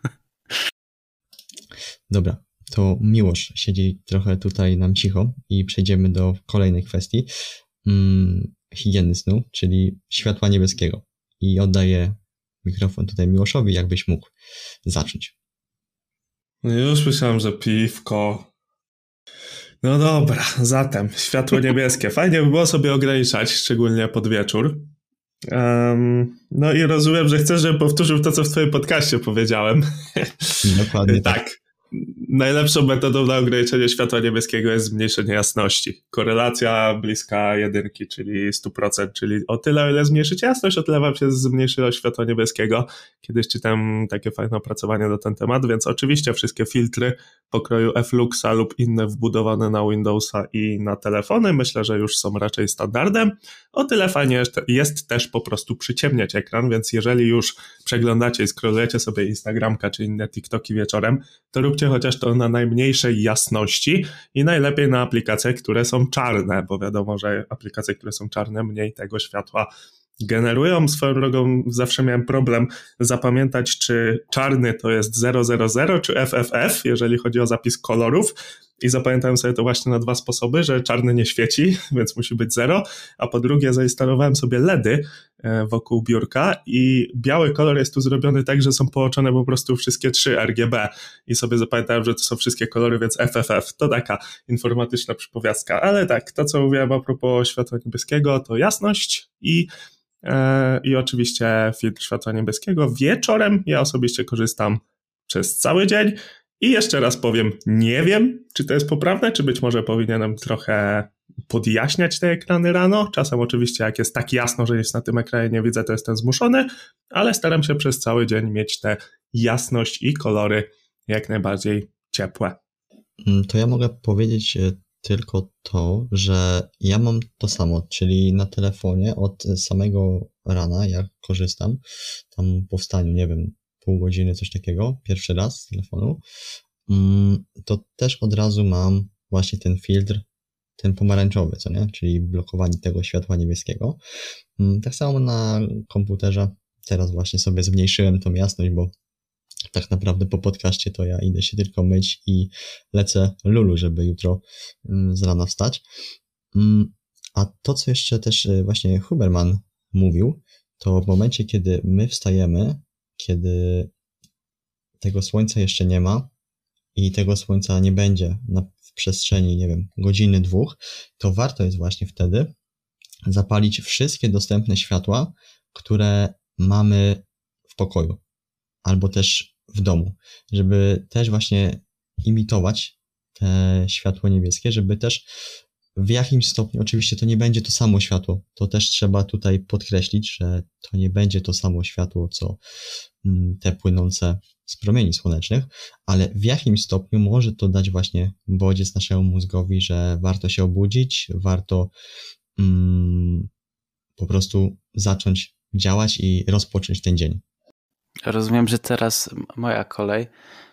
B: Dobra, to Miłosz siedzi trochę tutaj nam cicho i przejdziemy do kolejnej kwestii higieny snu, czyli światła niebieskiego. I oddaję mikrofon tutaj Miłoszowi, jakbyś mógł zacząć.
A: No już myślałem, że piwko. No dobra, zatem światło niebieskie. Fajnie by było sobie ograniczać, szczególnie pod wieczór. No i rozumiem, że chcesz, żebym powtórzył to, co w twoim podcaście powiedziałem.
B: Dokładnie
A: tak. Najlepszą metodą na ograniczenie światła niebieskiego jest zmniejszenie jasności. Korelacja bliska 1, czyli 100%, czyli o tyle, o ile zmniejszycie jasność, o tyle wam się zmniejszyło światło niebieskiego. Kiedyś czytałem takie fajne opracowanie na ten temat, więc oczywiście wszystkie filtry pokroju F-Luxa lub inne wbudowane na Windowsa i na telefony, myślę, że już są raczej standardem. O tyle fajnie jest też po prostu przyciemniać ekran, więc jeżeli już przeglądacie i scrollujecie sobie Instagramka czy inne TikToki wieczorem, to róbcie chociaż to na najmniejszej jasności i najlepiej na aplikacje, które są czarne, bo wiadomo, że aplikacje, które są czarne, mniej tego światła generują. Swoją drogą zawsze miałem problem zapamiętać, czy czarny to jest 000 czy FFF, jeżeli chodzi o zapis kolorów. I zapamiętałem sobie to właśnie na 2 sposoby, że czarny nie świeci, więc musi być 0, a po drugie zainstalowałem sobie LEDy wokół biurka i biały kolor jest tu zrobiony tak, że są połączone po prostu wszystkie 3 RGB i sobie zapamiętałem, że to są wszystkie kolory, więc FFF. To taka informatyczna przypowiastka, ale tak, to co mówiłem a propos światła niebieskiego, to jasność i oczywiście filtr światła niebieskiego. Wieczorem ja osobiście korzystam przez cały dzień i jeszcze raz powiem, nie wiem, czy to jest poprawne, czy być może powinienem trochę podjaśniać te ekrany rano. Czasem oczywiście jak jest tak jasno, że nic na tym ekranie nie widzę, to jestem zmuszony, ale staram się przez cały dzień mieć tę jasność i kolory jak najbardziej ciepłe.
B: To ja mogę powiedzieć tylko to, że ja mam to samo, czyli na telefonie od samego rana, jak korzystam, tam po wstaniu, nie wiem, pół godziny, coś takiego, pierwszy raz z telefonu, to też od razu mam właśnie ten filtr, ten pomarańczowy, co nie? Czyli blokowanie tego światła niebieskiego. Tak samo na komputerze, teraz właśnie sobie zmniejszyłem tą jasność, bo tak naprawdę po podcaście to ja idę się tylko myć i lecę lulu, żeby jutro z rana wstać. A to, co jeszcze też właśnie Huberman mówił, to w momencie, kiedy my wstajemy, kiedy tego słońca jeszcze nie ma i tego słońca nie będzie w przestrzeni, nie wiem, godziny, 2, to warto jest właśnie wtedy zapalić wszystkie dostępne światła, które mamy w pokoju albo też w domu, żeby też właśnie imitować te światło niebieskie, żeby też w jakimś stopniu, oczywiście to nie będzie to samo światło, to też trzeba tutaj podkreślić, że to nie będzie to samo światło, co te płynące z promieni słonecznych, ale w jakimś stopniu może to dać właśnie bodziec naszemu mózgowi, że warto się obudzić, warto po prostu zacząć działać i rozpocząć ten dzień.
C: Rozumiem, że teraz moja kolej.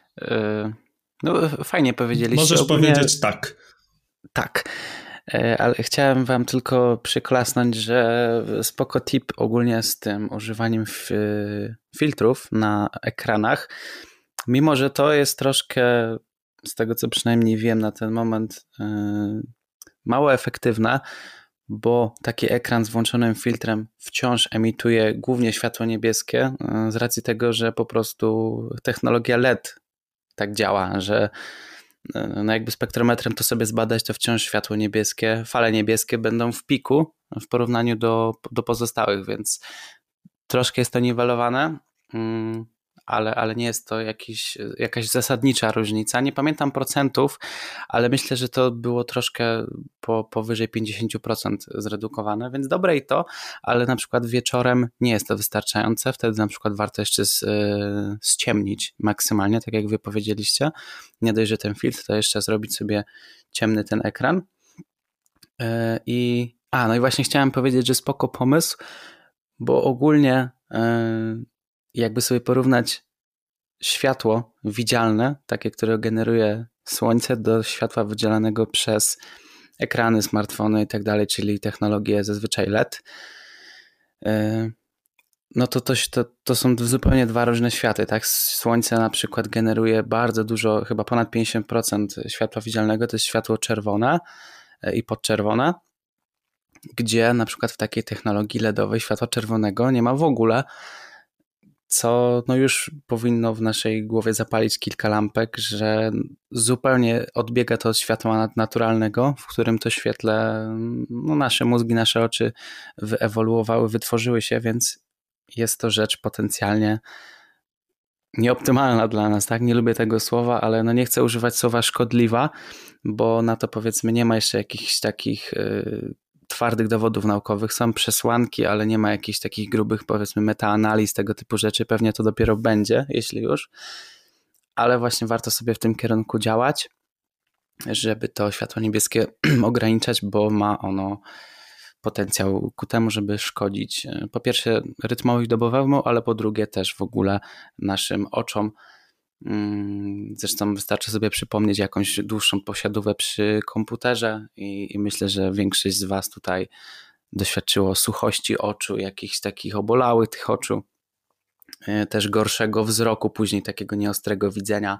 C: No fajnie powiedzieliście.
A: Możesz powiedzieć tak.
C: Tak, ale chciałem wam tylko przyklasnąć, że spoko tip ogólnie z tym używaniem filtrów na ekranach, mimo że to jest troszkę, z tego co przynajmniej wiem na ten moment, mało efektywne, bo taki ekran z włączonym filtrem wciąż emituje głównie światło niebieskie z racji tego, że po prostu technologia LED tak działa, że no jakby spektrometrem to sobie zbadać, to wciąż światło niebieskie, fale niebieskie będą w piku w porównaniu do pozostałych, więc troszkę jest to niwelowane, ale nie jest to jakaś zasadnicza różnica. Nie pamiętam procentów, ale myślę, że to było troszkę powyżej 50% zredukowane, więc dobre i to, ale na przykład wieczorem nie jest to wystarczające. Wtedy na przykład warto jeszcze ściemnić maksymalnie, tak jak wy powiedzieliście. Nie dość, że ten filtr, to jeszcze zrobić sobie ciemny ten ekran. No i właśnie chciałem powiedzieć, że spoko pomysł, bo ogólnie jakby sobie porównać światło widzialne, takie, które generuje słońce, do światła wydzielanego przez ekrany, smartfony i tak dalej, czyli technologie zazwyczaj LED, no to są zupełnie 2 różne światy, tak? Słońce na przykład generuje bardzo dużo, chyba ponad 50% światła widzialnego, to jest światło czerwone i podczerwone, gdzie na przykład w takiej technologii LEDowej światła czerwonego nie ma w ogóle, co no już powinno w naszej głowie zapalić kilka lampek, że zupełnie odbiega to od światła naturalnego, w którym to świetle no nasze mózgi, nasze oczy wyewoluowały, wytworzyły się, więc jest to rzecz potencjalnie nieoptymalna dla nas, tak? Nie lubię tego słowa, ale no nie chcę używać słowa szkodliwa, bo na to powiedzmy nie ma jeszcze jakichś takich twardych dowodów naukowych. Są przesłanki, ale nie ma jakichś takich grubych powiedzmy metaanaliz, tego typu rzeczy. Pewnie to dopiero będzie, jeśli już. Ale właśnie warto sobie w tym kierunku działać, żeby to światło niebieskie ograniczać, bo ma ono potencjał ku temu, żeby szkodzić po pierwsze rytmowi dobowemu, ale po drugie też w ogóle naszym oczom. Zresztą wystarczy sobie przypomnieć jakąś dłuższą posiadówę przy komputerze i myślę, że większość z Was tutaj doświadczyło suchości oczu, jakichś takich obolałych tych oczu, też gorszego wzroku, później takiego nieostrego widzenia.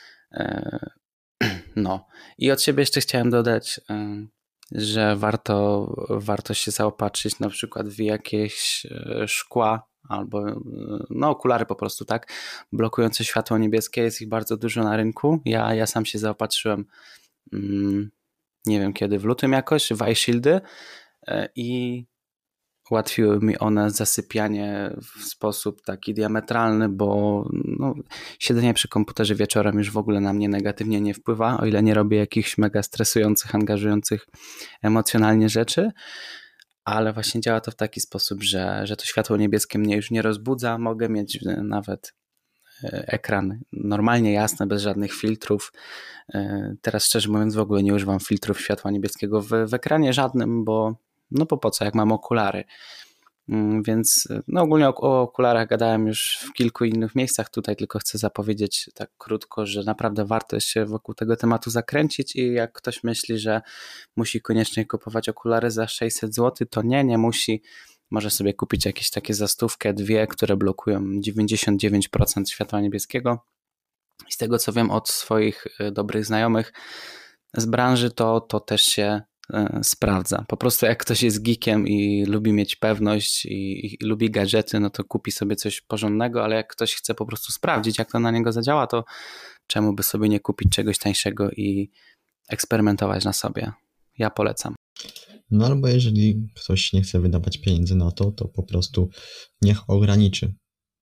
C: No i od siebie jeszcze chciałem dodać, że warto się zaopatrzyć na przykład w jakieś szkła albo no okulary po prostu, tak, blokujące światło niebieskie. Jest ich bardzo dużo na rynku. Ja sam się zaopatrzyłem nie wiem kiedy, w lutym jakoś, w eye shieldy i ułatwiły mi one zasypianie w sposób taki diametralny, bo no, siedzenie przy komputerze wieczorem już w ogóle na mnie negatywnie nie wpływa, o ile nie robię jakichś mega stresujących, angażujących emocjonalnie rzeczy, ale właśnie działa to w taki sposób, że to światło niebieskie mnie już nie rozbudza, mogę mieć nawet ekran normalnie jasny, bez żadnych filtrów. Teraz szczerze mówiąc w ogóle nie używam filtrów światła niebieskiego w ekranie żadnym, bo no po co, jak mam okulary. Więc no ogólnie o okularach gadałem już w kilku innych miejscach, tutaj tylko chcę zapowiedzieć tak krótko, że naprawdę warto się wokół tego tematu zakręcić i jak ktoś myśli, że musi koniecznie kupować okulary za 600 zł, to nie musi. Może sobie kupić jakieś takie za stówkę, dwie, które blokują 99% światła niebieskiego. I z tego co wiem od swoich dobrych znajomych z branży, to też się sprawdza. Po prostu jak ktoś jest geekiem i lubi mieć pewność i lubi gadżety, no to kupi sobie coś porządnego, ale jak ktoś chce po prostu sprawdzić, jak to na niego zadziała, to czemu by sobie nie kupić czegoś tańszego i eksperymentować na sobie. Ja polecam.
B: No albo jeżeli ktoś nie chce wydawać pieniędzy na to, to po prostu niech ograniczy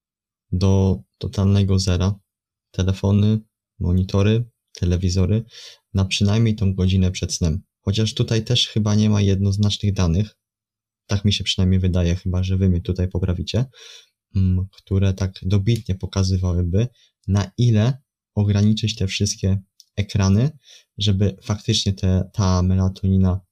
B: do totalnego zera telefony, monitory, telewizory na przynajmniej tą godzinę przed snem. Chociaż tutaj też chyba nie ma jednoznacznych danych, tak mi się przynajmniej wydaje, chyba że wy mnie tutaj poprawicie, które tak dobitnie pokazywałyby, na ile ograniczyć te wszystkie ekrany, żeby faktycznie ta melatonina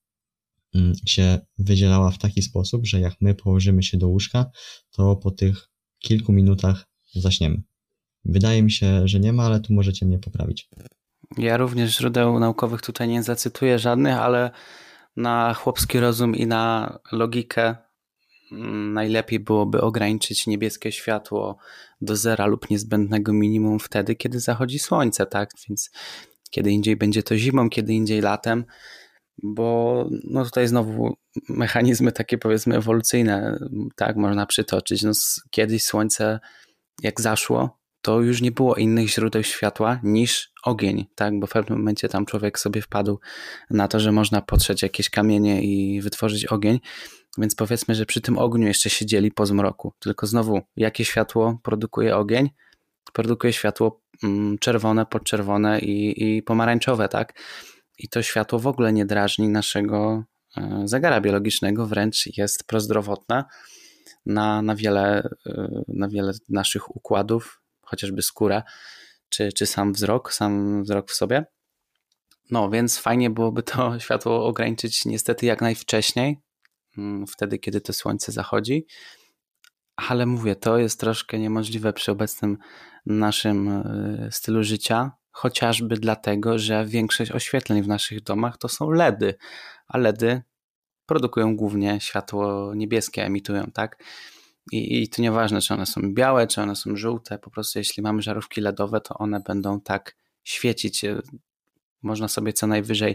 B: się wydzielała w taki sposób, że jak my położymy się do łóżka, to po tych kilku minutach zaśniemy. Wydaje mi się, że nie ma, ale tu możecie mnie poprawić.
C: Ja również źródeł naukowych tutaj nie zacytuję żadnych, ale na chłopski rozum i na logikę najlepiej byłoby ograniczyć niebieskie światło do zera lub niezbędnego minimum wtedy, kiedy zachodzi słońce, tak? Więc kiedy indziej będzie to zimą, kiedy indziej latem, bo no tutaj znowu mechanizmy takie powiedzmy ewolucyjne, tak, można przytoczyć. No, kiedyś słońce jak zaszło, to już nie było innych źródeł światła niż ogień, tak, bo w pewnym momencie tam człowiek sobie wpadł na to, że można potrzeć jakieś kamienie i wytworzyć ogień, więc powiedzmy, że przy tym ogniu jeszcze siedzieli po zmroku, tylko znowu, jakie światło produkuje ogień? Produkuje światło czerwone, podczerwone i pomarańczowe, tak, i to światło w ogóle nie drażni naszego zegara biologicznego, wręcz jest prozdrowotne na wiele naszych układów, chociażby skórę, czy sam wzrok w sobie. No więc fajnie byłoby to światło ograniczyć niestety jak najwcześniej, wtedy kiedy to słońce zachodzi, ale mówię, to jest troszkę niemożliwe przy obecnym naszym stylu życia, chociażby dlatego, że większość oświetleń w naszych domach to są LEDy, a LEDy produkują głównie światło niebieskie, emitują, tak? I to nieważne, czy one są białe, czy one są żółte, po prostu jeśli mamy żarówki LEDowe, to one będą tak świecić. Można sobie co najwyżej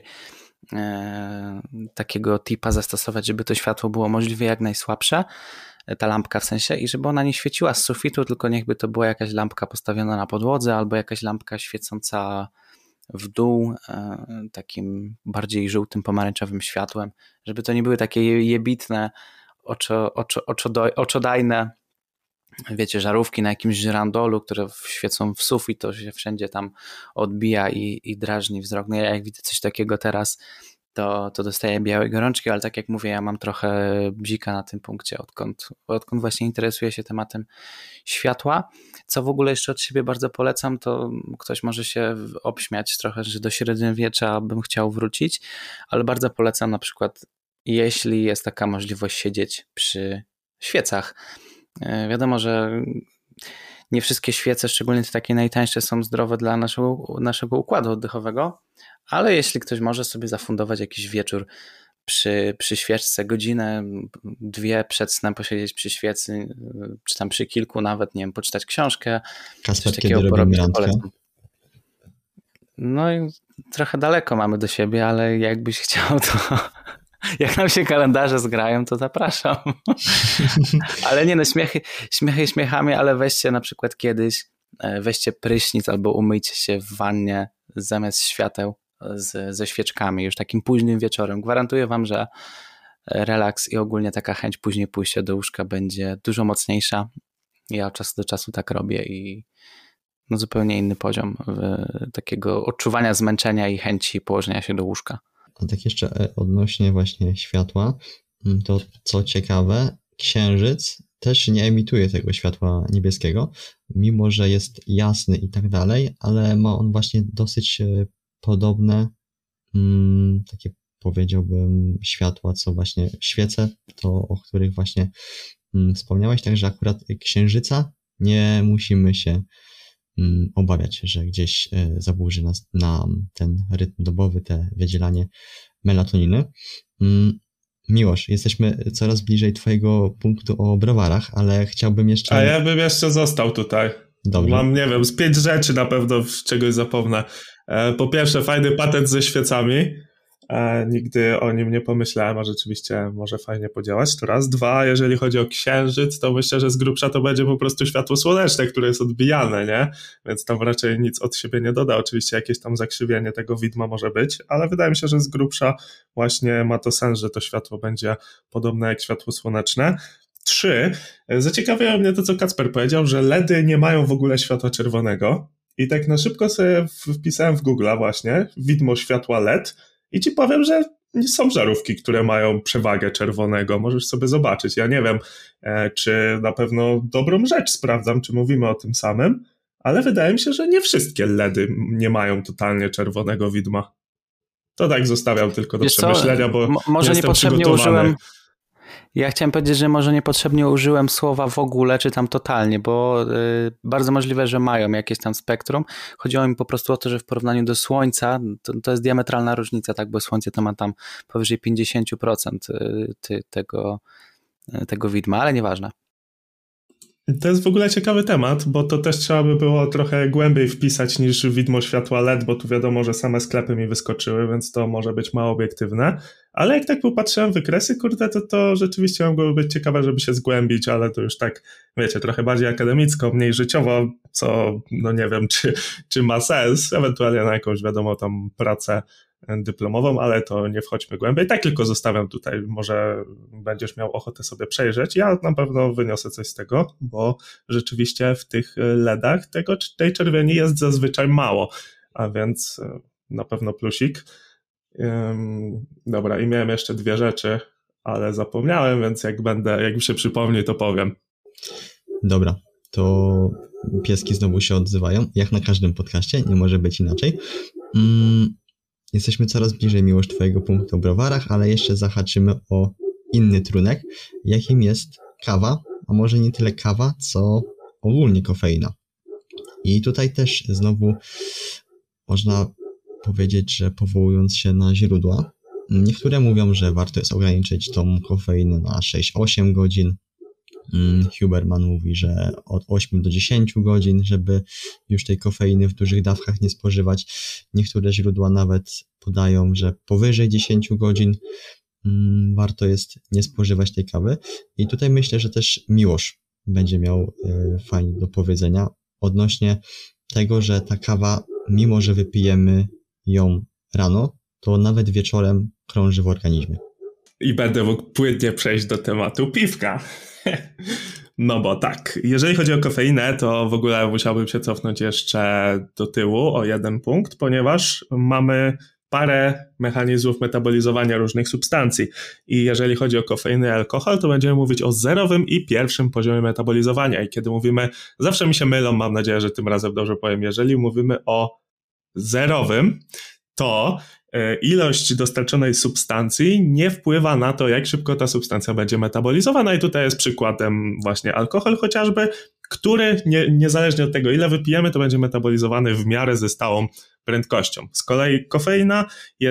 C: takiego tipa zastosować, żeby to światło było możliwie jak najsłabsze, ta lampka w sensie, i żeby ona nie świeciła z sufitu, tylko niechby to była jakaś lampka postawiona na podłodze albo jakaś lampka świecąca w dół takim bardziej żółtym, pomarańczowym światłem, żeby to nie były takie jebitne, oczodajne wiecie, żarówki na jakimś żyrandolu, które świecą w sufit, to się wszędzie tam odbija i drażni wzrok. No ja jak widzę coś takiego teraz, to dostaję białej gorączki, ale tak jak mówię, ja mam trochę bzika na tym punkcie, odkąd właśnie interesuję się tematem światła. Co w ogóle jeszcze od siebie bardzo polecam, to ktoś może się obśmiać trochę, że do średniowiecza bym chciał wrócić, ale bardzo polecam na przykład, jeśli jest taka możliwość, siedzieć przy świecach. Wiadomo, że nie wszystkie świece, szczególnie te takie najtańsze, są zdrowe dla naszego układu oddechowego, ale jeśli ktoś może sobie zafundować jakiś wieczór przy świeczce, godzinę, 2 przed snem posiedzieć przy świecy, czy tam przy kilku nawet, nie wiem, poczytać książkę,
B: Kasper, kiedy robimy randkę?
C: No i trochę daleko mamy do siebie, ale jakbyś chciał, to jak nam się kalendarze zgrają, to zapraszam. Ale nie no, śmiechy śmiechami, ale weźcie na przykład kiedyś, weźcie prysznic albo umyjcie się w wannie zamiast świateł ze świeczkami już takim późnym wieczorem. Gwarantuję wam, że relaks i ogólnie taka chęć później pójścia do łóżka będzie dużo mocniejsza. Ja od czasu do czasu tak robię i no zupełnie inny poziom takiego odczuwania zmęczenia i chęci położenia się do łóżka.
B: A tak jeszcze odnośnie właśnie światła, to co ciekawe, Księżyc też nie emituje tego światła niebieskiego, mimo że jest jasny i tak dalej, ale ma on właśnie dosyć podobne, takie powiedziałbym światła, co właśnie świece, to o których właśnie wspomniałeś, także akurat Księżyca nie musimy się obawiać, że gdzieś zaburzy nam ten rytm dobowy, te wydzielanie melatoniny. Miłosz, jesteśmy coraz bliżej twojego punktu o browarach, ale chciałbym jeszcze...
A: A ja bym jeszcze został tutaj. Dobrze. Mam, nie wiem, z 5 rzeczy na pewno czegoś zapomnę. Po pierwsze, fajny patent ze świecami. Nigdy o nim nie pomyślałem, a rzeczywiście może fajnie podziałać. To raz. 2, jeżeli chodzi o Księżyc, to myślę, że z grubsza to będzie po prostu światło słoneczne, które jest odbijane, nie? Więc tam raczej nic od siebie nie doda. Oczywiście jakieś tam zakrzywienie tego widma może być, ale wydaje mi się, że z grubsza właśnie ma to sens, że to światło będzie podobne jak światło słoneczne. 3. Zaciekawiało mnie to, co Kacper powiedział, że LEDy nie mają w ogóle światła czerwonego i tak na szybko sobie wpisałem w Google'a właśnie widmo światła LED i ci powiem, że są żarówki, które mają przewagę czerwonego. Możesz sobie zobaczyć. Ja nie wiem, czy na pewno dobrą rzecz sprawdzam, czy mówimy o tym samym, ale wydaje mi się, że nie wszystkie LEDy nie mają totalnie czerwonego widma. To tak zostawiam tylko do przemyślenia, bo
C: może
A: nie jestem przygotowany.
C: Ja chciałem powiedzieć, że może niepotrzebnie użyłem słowa w ogóle, czy tam totalnie, bo bardzo możliwe, że mają jakieś tam spektrum. Chodziło mi po prostu o to, że w porównaniu do Słońca to jest diametralna różnica, tak, bo Słońce to ma tam powyżej 50% tego widma, ale nieważne.
A: To jest w ogóle ciekawy temat, bo to też trzeba by było trochę głębiej wpisać niż widmo światła LED, bo tu wiadomo, że same sklepy mi wyskoczyły, więc to może być mało obiektywne. Ale jak tak popatrzyłem w wykresy, kurde, to rzeczywiście mogłoby być ciekawe, żeby się zgłębić, ale to już tak, wiecie, trochę bardziej akademicko, mniej życiowo, co no nie wiem, czy ma sens, ewentualnie na jakąś, wiadomo, tam pracę dyplomową, ale to nie wchodźmy głębiej. Tak tylko zostawiam tutaj, może będziesz miał ochotę sobie przejrzeć. Ja na pewno wyniosę coś z tego, bo rzeczywiście w tych LEDach tej czerwieni jest zazwyczaj mało, a więc na pewno plusik. Dobra, i miałem jeszcze 2 rzeczy, ale zapomniałem, więc jak mi się przypomni, to powiem.
B: Dobra, to pieski znowu się odzywają, jak na każdym podcaście, nie może być inaczej. Jesteśmy coraz bliżej, Miłosz, twojego punktu o browarach, ale jeszcze zahaczymy o inny trunek, jakim jest kawa, a może nie tyle kawa, co ogólnie kofeina. I tutaj też znowu można powiedzieć, że powołując się na źródła, niektóre mówią, że warto jest ograniczyć tą kofeinę na 6-8 godzin. Huberman mówi, że od 8 do 10 godzin, żeby już tej kofeiny w dużych dawkach nie spożywać. Niektóre źródła nawet podają, że powyżej 10 godzin warto jest nie spożywać tej kawy. I tutaj myślę, że też Miłosz będzie miał fajnie do powiedzenia odnośnie tego, że ta kawa, mimo że wypijemy ją rano, to nawet wieczorem krąży w organizmie.
A: I będę mógł płynnie przejść do tematu piwka. No bo tak, jeżeli chodzi o kofeinę, to w ogóle musiałbym się cofnąć jeszcze do tyłu o jeden punkt, ponieważ mamy parę mechanizmów metabolizowania różnych substancji. I jeżeli chodzi o kofeinę i alkohol, to będziemy mówić o zerowym i pierwszym poziomie metabolizowania. I kiedy mówimy, zawsze mi się mylą, mam nadzieję, że tym razem dobrze powiem, jeżeli mówimy o zerowym, to ilość dostarczonej substancji nie wpływa na to, jak szybko ta substancja będzie metabolizowana i tutaj jest przykładem właśnie alkohol chociażby, który niezależnie od tego, ile wypijemy, to będzie metabolizowany w miarę ze stałą prędkością. Z kolei kofeina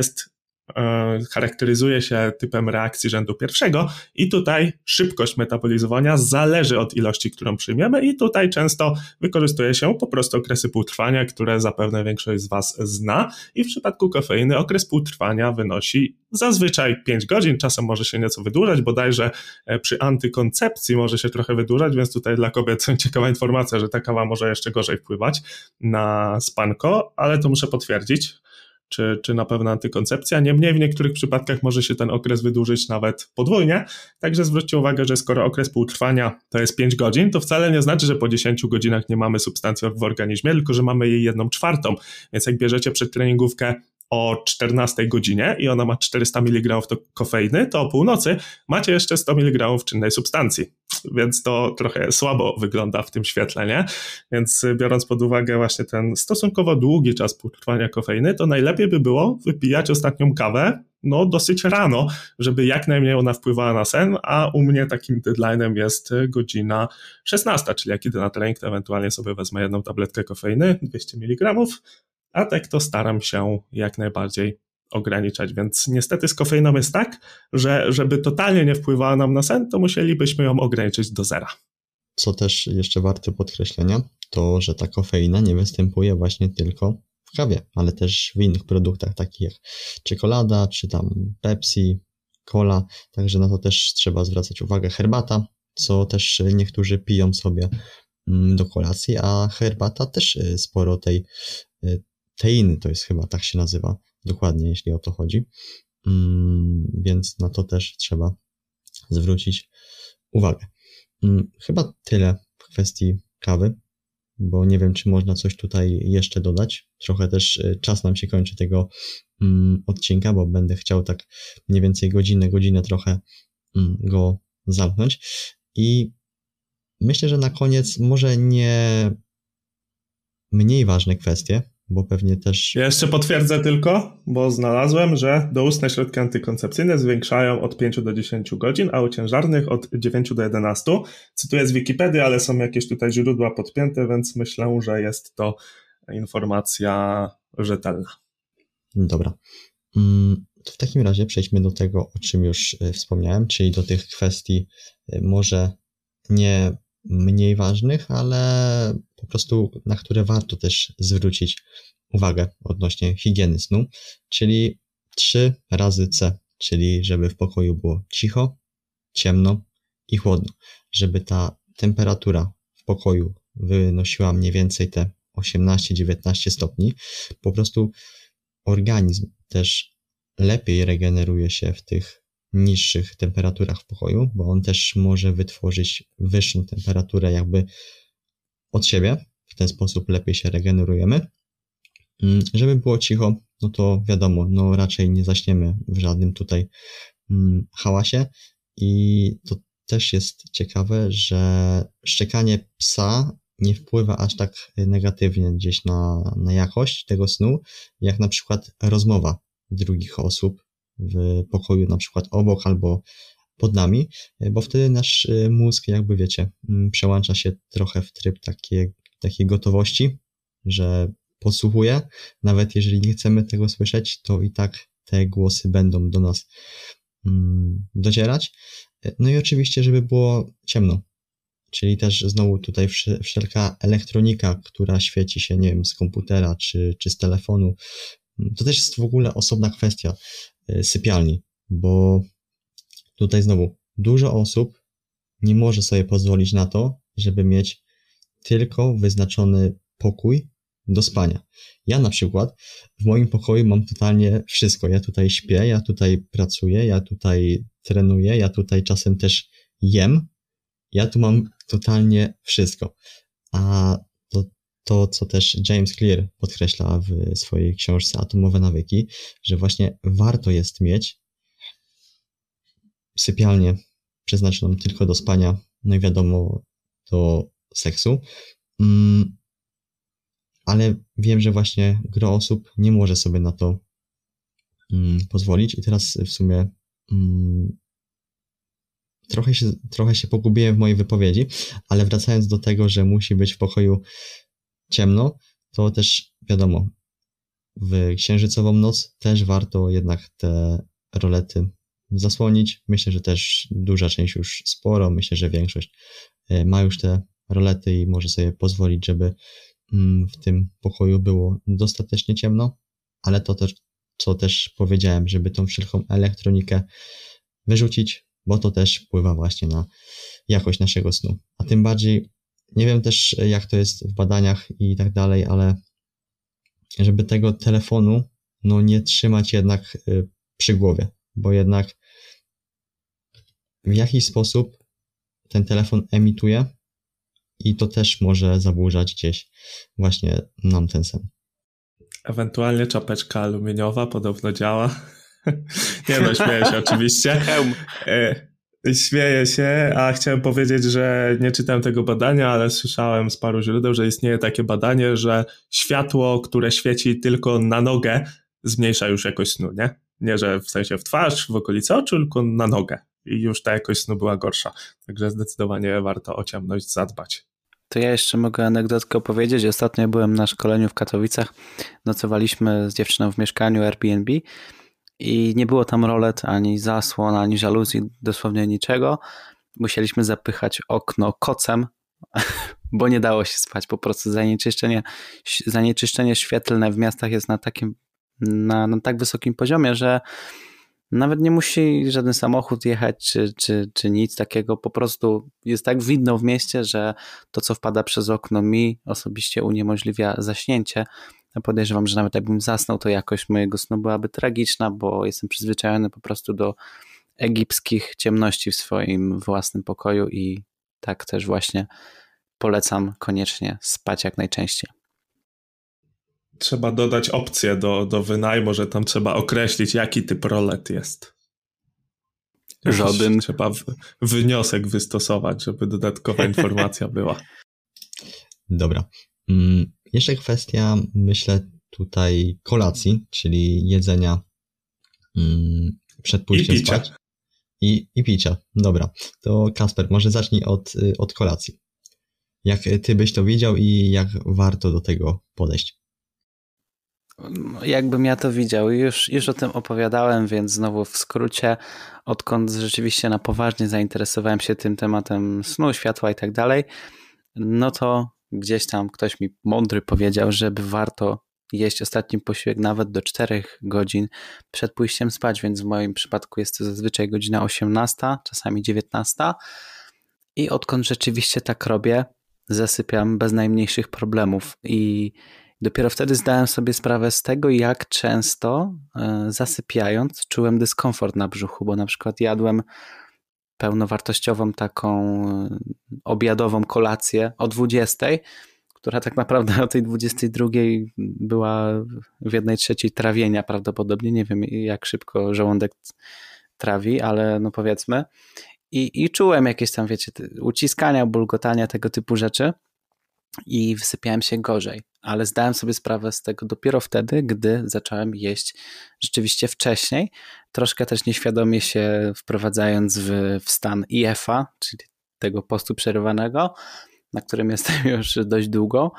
A: charakteryzuje się typem reakcji rzędu pierwszego i tutaj szybkość metabolizowania zależy od ilości, którą przyjmiemy i tutaj często wykorzystuje się po prostu okresy półtrwania, które zapewne większość z Was zna i w przypadku kofeiny okres półtrwania wynosi zazwyczaj 5 godzin, czasem może się nieco wydłużać, bodajże przy antykoncepcji może się trochę wydłużać, więc tutaj dla kobiet ciekawa informacja, że ta kawa może jeszcze gorzej wpływać na spanko, ale to muszę potwierdzić. Czy na pewno antykoncepcja. Niemniej w niektórych przypadkach może się ten okres wydłużyć nawet podwójnie. Także zwróćcie uwagę, że skoro okres półtrwania to jest 5 godzin, to wcale nie znaczy, że po 10 godzinach nie mamy substancji w organizmie, tylko że mamy jej 1/4. Więc jak bierzecie przedtreningówkę o 14 godzinie i ona ma 400 mg kofeiny, to o północy macie jeszcze 100 mg czynnej substancji. Więc to trochę słabo wygląda w tym świetle, nie? Więc biorąc pod uwagę właśnie ten stosunkowo długi czas półtrwania kofeiny, to najlepiej by było wypijać ostatnią kawę dosyć rano, żeby jak najmniej ona wpływała na sen, a u mnie takim deadline'em jest godzina 16, czyli jak idę na trening, to ewentualnie sobie wezmę jedną tabletkę kofeiny, 200 mg, a tak to staram się jak najbardziej ograniczać, więc niestety z kofeiną jest tak, że żeby totalnie nie wpływała nam na sen, to musielibyśmy ją ograniczyć do zera.
B: Co też jeszcze warte podkreślenia, to że ta kofeina nie występuje właśnie tylko w kawie, ale też w innych produktach takich jak czekolada, czy tam Pepsi, Cola, także na to też trzeba zwracać uwagę. Herbata, co też niektórzy piją sobie do kolacji, a herbata też sporo tej teiny, to jest chyba tak się nazywa dokładnie, jeśli o to chodzi, więc na to też trzeba zwrócić uwagę. Chyba tyle w kwestii kawy, bo nie wiem, czy można coś tutaj jeszcze dodać. Trochę też czas nam się kończy tego odcinka, bo będę chciał tak mniej więcej godzinę trochę go zamknąć i myślę, że na koniec może nie mniej ważne kwestie, bo pewnie też...
A: Ja jeszcze potwierdzę tylko, bo znalazłem, że doustne środki antykoncepcyjne zwiększają od 5 do 10 godzin, a u ciężarnych od 9 do 11. Cytuję z Wikipedii, ale są jakieś tutaj źródła podpięte, więc myślę, że jest to informacja rzetelna.
B: Dobra. To w takim razie przejdźmy do tego, o czym już wspomniałem, czyli do tych kwestii może nie mniej ważnych, ale po prostu na które warto też zwrócić uwagę odnośnie higieny snu, czyli 3 razy C, czyli żeby w pokoju było cicho, ciemno i chłodno, żeby ta temperatura w pokoju wynosiła mniej więcej te 18-19 stopni, po prostu organizm też lepiej regeneruje się w tych niższych temperaturach w pokoju, bo on też może wytworzyć wyższą temperaturę jakby od siebie, w ten sposób lepiej się regenerujemy. Żeby było cicho, no to wiadomo, no raczej nie zaśniemy w żadnym tutaj hałasie i to też jest ciekawe, że szczekanie psa nie wpływa aż tak negatywnie gdzieś na jakość tego snu, jak na przykład rozmowa drugich osób w pokoju na przykład obok albo pod nami, bo wtedy nasz mózg jakby wiecie, przełącza się trochę w tryb takiej gotowości, że podsłuchuje, nawet jeżeli nie chcemy tego słyszeć, to i tak te głosy będą do nas docierać. No i oczywiście, żeby było ciemno, czyli też znowu tutaj wszelka elektronika, która świeci się, nie wiem, z komputera czy z telefonu, to też jest w ogóle osobna kwestia sypialni, bo tutaj znowu dużo osób nie może sobie pozwolić na to, żeby mieć tylko wyznaczony pokój do spania. Ja na przykład w moim pokoju mam totalnie wszystko. Ja tutaj śpię, ja tutaj pracuję, ja tutaj trenuję, ja tutaj czasem też jem, ja tu mam totalnie wszystko. A to, co też James Clear podkreśla w swojej książce Atomowe nawyki, że właśnie warto jest mieć sypialnię przeznaczoną tylko do spania, no i wiadomo, do seksu, ale wiem, że właśnie gro osób nie może sobie na to pozwolić i teraz w sumie trochę się pogubiłem w mojej wypowiedzi, ale wracając do tego, że musi być w pokoju ciemno, to też wiadomo, w księżycową noc też warto jednak te rolety zasłonić. Myślę, że też duża część już sporo, myślę, że większość ma już te rolety i może sobie pozwolić, żeby w tym pokoju było dostatecznie ciemno, ale to też, co też powiedziałem, żeby tą wszelką elektronikę wyrzucić, bo to też wpływa właśnie na jakość naszego snu. A tym bardziej, nie wiem też jak to jest w badaniach i tak dalej, ale żeby tego telefonu nie trzymać jednak przy głowie, bo jednak w jakiś sposób ten telefon emituje i to też może zaburzać gdzieś właśnie nam ten sen.
A: Ewentualnie czapeczka aluminiowa podobno działa. Nie no, śmieję się oczywiście. Śmieję się, a chciałem powiedzieć, że nie czytałem tego badania, ale słyszałem z paru źródeł, że istnieje takie badanie, że światło, które świeci tylko na nogę, zmniejsza już jakość snu, nie? Nie, że w sensie w twarz, w okolicy oczu, tylko na nogę. I już ta jakość snu była gorsza. Także zdecydowanie warto o ciemność zadbać.
C: To ja jeszcze mogę anegdotkę opowiedzieć. Ostatnio byłem na szkoleniu w Katowicach. Nocowaliśmy z dziewczyną w mieszkaniu Airbnb i nie było tam rolet, ani zasłon, ani żaluzji, dosłownie niczego. Musieliśmy zapychać okno kocem, bo nie dało się spać. Po prostu zanieczyszczenie świetlne w miastach jest na tak wysokim poziomie, że nawet nie musi żaden samochód jechać, czy nic takiego. Po prostu jest tak widno w mieście, że to, co wpada przez okno, mi osobiście uniemożliwia zaśnięcie. Ja podejrzewam, że nawet jakbym zasnął, to jakość mojego snu byłaby tragiczna, bo jestem przyzwyczajony po prostu do egipskich ciemności w swoim własnym pokoju i tak też właśnie polecam koniecznie spać jak najczęściej.
A: Trzeba dodać opcję do wynajmu, że tam trzeba określić, jaki typ rolet jest.
C: Żaden.
A: Trzeba wniosek wystosować, żeby dodatkowa informacja była.
B: Dobra. Jeszcze kwestia, myślę tutaj kolacji, czyli jedzenia przed pójściem spać. I picia. Dobra. To Kasper, może zacznij od kolacji. Jak ty byś to widział i jak warto do tego podejść?
C: Jakbym ja to widział, już o tym opowiadałem, więc znowu w skrócie, odkąd rzeczywiście na poważnie zainteresowałem się tym tematem snu, światła i tak dalej, no to gdzieś tam ktoś mi mądry powiedział, żeby warto jeść ostatni posiłek nawet do 4 godzin przed pójściem spać, więc w moim przypadku jest to zazwyczaj godzina 18, czasami 19 i odkąd rzeczywiście tak robię, zasypiam bez najmniejszych problemów i dopiero wtedy zdałem sobie sprawę z tego, jak często zasypiając czułem dyskomfort na brzuchu, bo na przykład jadłem pełnowartościową taką obiadową kolację o 20, która tak naprawdę o tej 22 była w 1/3 trawienia prawdopodobnie. Nie wiem, jak szybko żołądek trawi, ale no powiedzmy. I czułem jakieś tam, wiecie, uciskania, bulgotania, tego typu rzeczy i wysypiałem się gorzej. Ale zdałem sobie sprawę z tego dopiero wtedy, gdy zacząłem jeść rzeczywiście wcześniej, troszkę też nieświadomie się wprowadzając w stan IF-a, czyli tego postu przerywanego, na którym jestem już dość długo.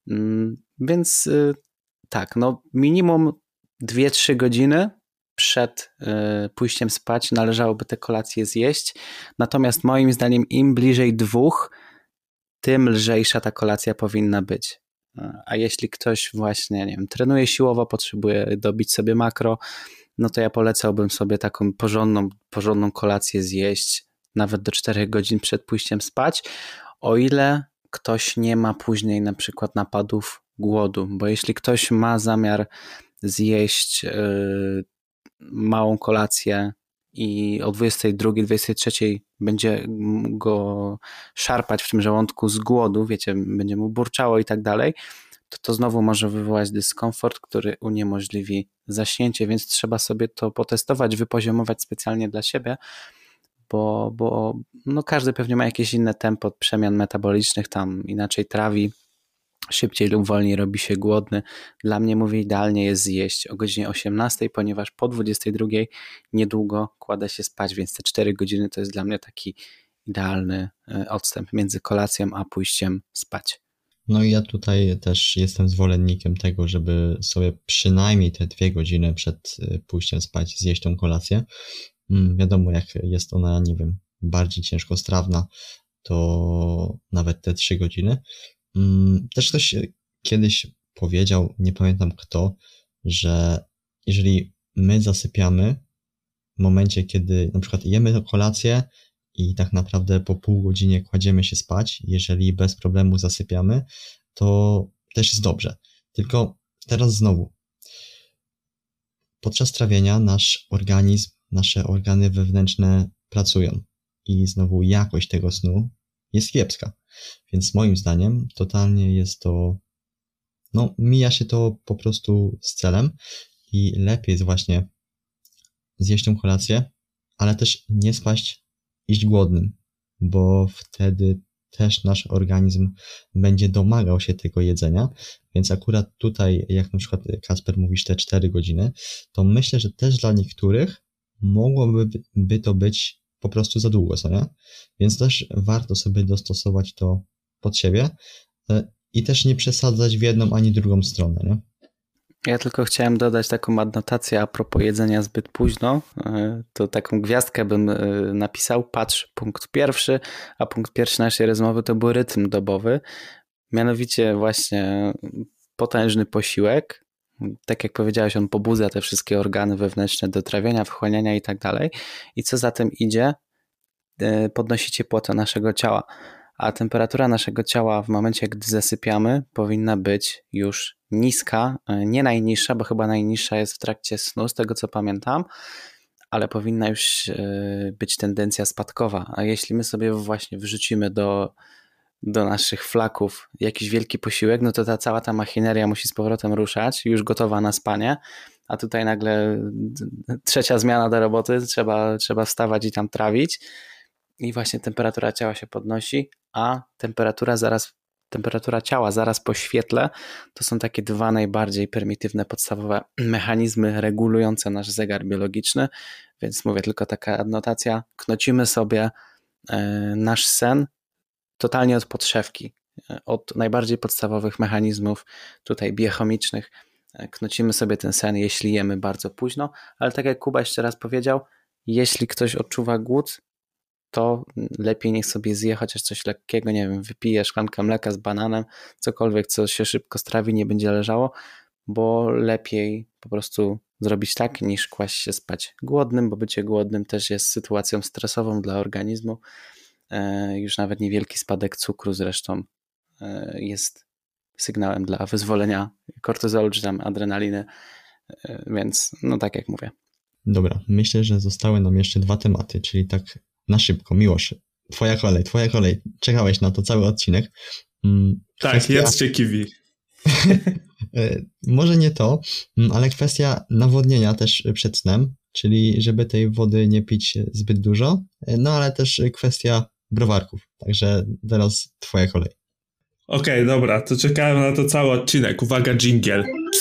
C: Więc tak, no minimum 2-3 godziny przed pójściem spać należałoby te kolacje zjeść. Natomiast moim zdaniem im bliżej 2, tym lżejsza ta kolacja powinna być. A jeśli ktoś właśnie, nie wiem, trenuje siłowo, potrzebuje dobić sobie makro, no to ja polecałbym sobie taką porządną kolację zjeść nawet do 4 godzin przed pójściem spać, o ile ktoś nie ma później na przykład napadów głodu, bo jeśli ktoś ma zamiar zjeść małą kolację i o 22, 23 będzie go szarpać w tym żołądku z głodu, wiecie, będzie mu burczało i tak dalej, to znowu może wywołać dyskomfort, który uniemożliwi zaśnięcie, więc trzeba sobie to potestować, wypoziomować specjalnie dla siebie, bo no każdy pewnie ma jakieś inne tempo przemian metabolicznych, tam inaczej trawi, szybciej lub wolniej robi się głodny. Dla mnie, mówię, idealnie jest zjeść o godzinie 18, ponieważ po 22 niedługo kładę się spać, więc te 4 godziny to jest dla mnie taki idealny odstęp między kolacją a pójściem spać.
B: No i ja tutaj też jestem zwolennikiem tego, żeby sobie przynajmniej te 2 godziny przed pójściem spać zjeść tą kolację. Wiadomo, jak jest ona, nie wiem, bardziej ciężkostrawna, to nawet te 3 godziny. Też ktoś kiedyś powiedział, nie pamiętam kto, że jeżeli my zasypiamy w momencie, kiedy na przykład jemy kolację i tak naprawdę po pół godzinie kładziemy się spać, jeżeli bez problemu zasypiamy, to też jest dobrze. Tylko teraz znowu, podczas trawienia nasz organizm, nasze organy wewnętrzne pracują i znowu jakość tego snu jest kiepska. Więc moim zdaniem totalnie jest to, no mija się to po prostu z celem i lepiej jest właśnie zjeść tą kolację, ale też nie spaść, iść głodnym, bo wtedy też nasz organizm będzie domagał się tego jedzenia, więc akurat tutaj, jak na przykład Kacper mówisz te 4 godziny, to myślę, że też dla niektórych mogłoby to być po prostu za długo, co nie? Więc też warto sobie dostosować to pod siebie i też nie przesadzać w jedną ani drugą stronę, nie?
C: Ja tylko chciałem dodać taką adnotację a propos jedzenia zbyt późno. To taką gwiazdkę bym napisał. Patrz, punkt pierwszy, a punkt pierwszy naszej rozmowy to był rytm dobowy. Mianowicie właśnie potężny posiłek. Tak jak powiedziałeś, on pobudza te wszystkie organy wewnętrzne do trawienia, wchłaniania i tak dalej. I co za tym idzie? Podnosi ciepłotę naszego ciała. A temperatura naszego ciała w momencie, gdy zasypiamy, powinna być już niska, nie najniższa, bo chyba najniższa jest w trakcie snu, z tego co pamiętam, ale powinna już być tendencja spadkowa. A jeśli my sobie właśnie wrzucimy do naszych flaków jakiś wielki posiłek, no to cała ta machineria musi z powrotem ruszać, już gotowa na spanie, a tutaj nagle 3. zmiana do roboty, trzeba wstawać i tam trawić. I właśnie temperatura ciała się podnosi, a temperatura ciała zaraz po świetle to są takie 2 najbardziej prymitywne, podstawowe mechanizmy regulujące nasz zegar biologiczny, więc mówię tylko taka adnotacja, knocimy sobie nasz sen totalnie od podszewki, od najbardziej podstawowych mechanizmów tutaj biochemicznych, knocimy sobie ten sen, jeśli jemy bardzo późno, ale tak jak Kuba jeszcze raz powiedział, jeśli ktoś odczuwa głód, to lepiej niech sobie zje chociaż coś lekkiego, nie wiem, wypije szklankę mleka z bananem, cokolwiek, co się szybko strawi, nie będzie leżało, bo lepiej po prostu zrobić tak, niż kłaść się spać głodnym, bo bycie głodnym też jest sytuacją stresową dla organizmu. Już nawet niewielki spadek cukru zresztą jest sygnałem dla wyzwolenia kortyzolu czy tam adrenaliny, więc no tak jak mówię.
B: Dobra, myślę, że zostały nam jeszcze 2 tematy, czyli tak na szybko. Miłosz, twoja kolej. Czekałeś na to cały odcinek.
A: Tak, jedzcie kiwi.
B: Może nie to, ale kwestia nawodnienia też przed snem, czyli żeby tej wody nie pić zbyt dużo, no ale też kwestia browarków. Także teraz twoja kolej.
A: Okej, dobra, to czekałem na to cały odcinek. Uwaga, dżingiel.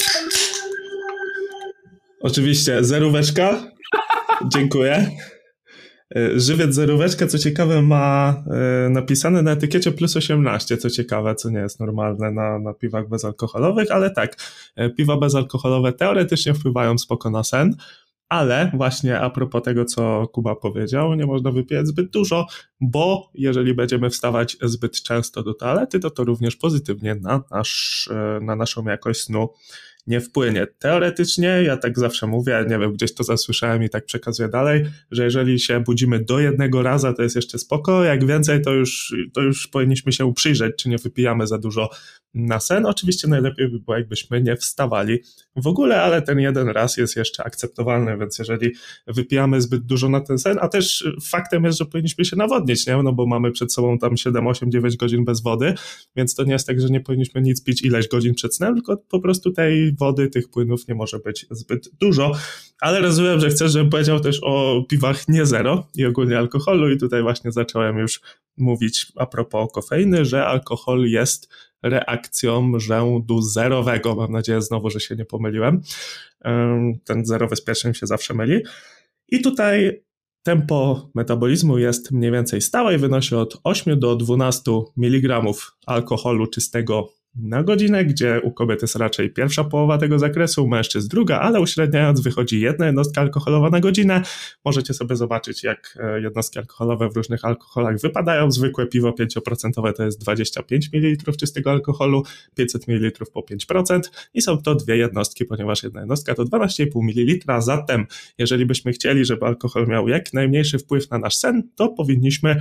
A: Oczywiście, zeróweczka. Dziękuję. Żywiec zeróweczka, co ciekawe, ma napisane na etykiecie plus 18, co ciekawe, co nie jest normalne na piwach bezalkoholowych, ale tak, piwa bezalkoholowe teoretycznie wpływają spoko na sen, ale właśnie a propos tego, co Kuba powiedział, nie można wypijać zbyt dużo, bo jeżeli będziemy wstawać zbyt często do toalety, to również pozytywnie na naszą jakość snu nie wpłynie. Teoretycznie, ja tak zawsze mówię, nie wiem, gdzieś to zasłyszałem i tak przekazuję dalej, że jeżeli się budzimy do jednego raza, to jest jeszcze spoko, jak więcej, to już powinniśmy się przyjrzeć, czy nie wypijamy za dużo na sen. Oczywiście najlepiej by było, jakbyśmy nie wstawali w ogóle, ale ten jeden raz jest jeszcze akceptowalny, więc jeżeli wypijamy zbyt dużo na ten sen, a też faktem jest, że powinniśmy się nawodnić, nie? No bo mamy przed sobą tam 7, 8, 9 godzin bez wody, więc to nie jest tak, że nie powinniśmy nic pić ileś godzin przed snem, tylko po prostu tej wody, tych płynów nie może być zbyt dużo, ale rozumiem, że chcesz, żebym powiedział też o piwach nie zero i ogólnie alkoholu i tutaj właśnie zacząłem już mówić a propos kofeiny, że alkohol jest reakcją rzędu zerowego. Mam nadzieję znowu, że się nie pomyliłem. Ten zerowy z pierwszym się zawsze myli. I tutaj tempo metabolizmu jest mniej więcej stałe i wynosi od 8 do 12 mg alkoholu czystego na godzinę, gdzie u kobiet jest raczej pierwsza połowa tego zakresu, u mężczyzn druga, ale uśredniając wychodzi 1 jednostka alkoholowa na godzinę. Możecie sobie zobaczyć, jak jednostki alkoholowe w różnych alkoholach wypadają. Zwykłe piwo 5% to jest 25 ml czystego alkoholu, 500 ml po 5% i są to 2 jednostki, ponieważ jedna jednostka to 12,5 ml. Zatem, jeżeli byśmy chcieli, żeby alkohol miał jak najmniejszy wpływ na nasz sen, to powinniśmy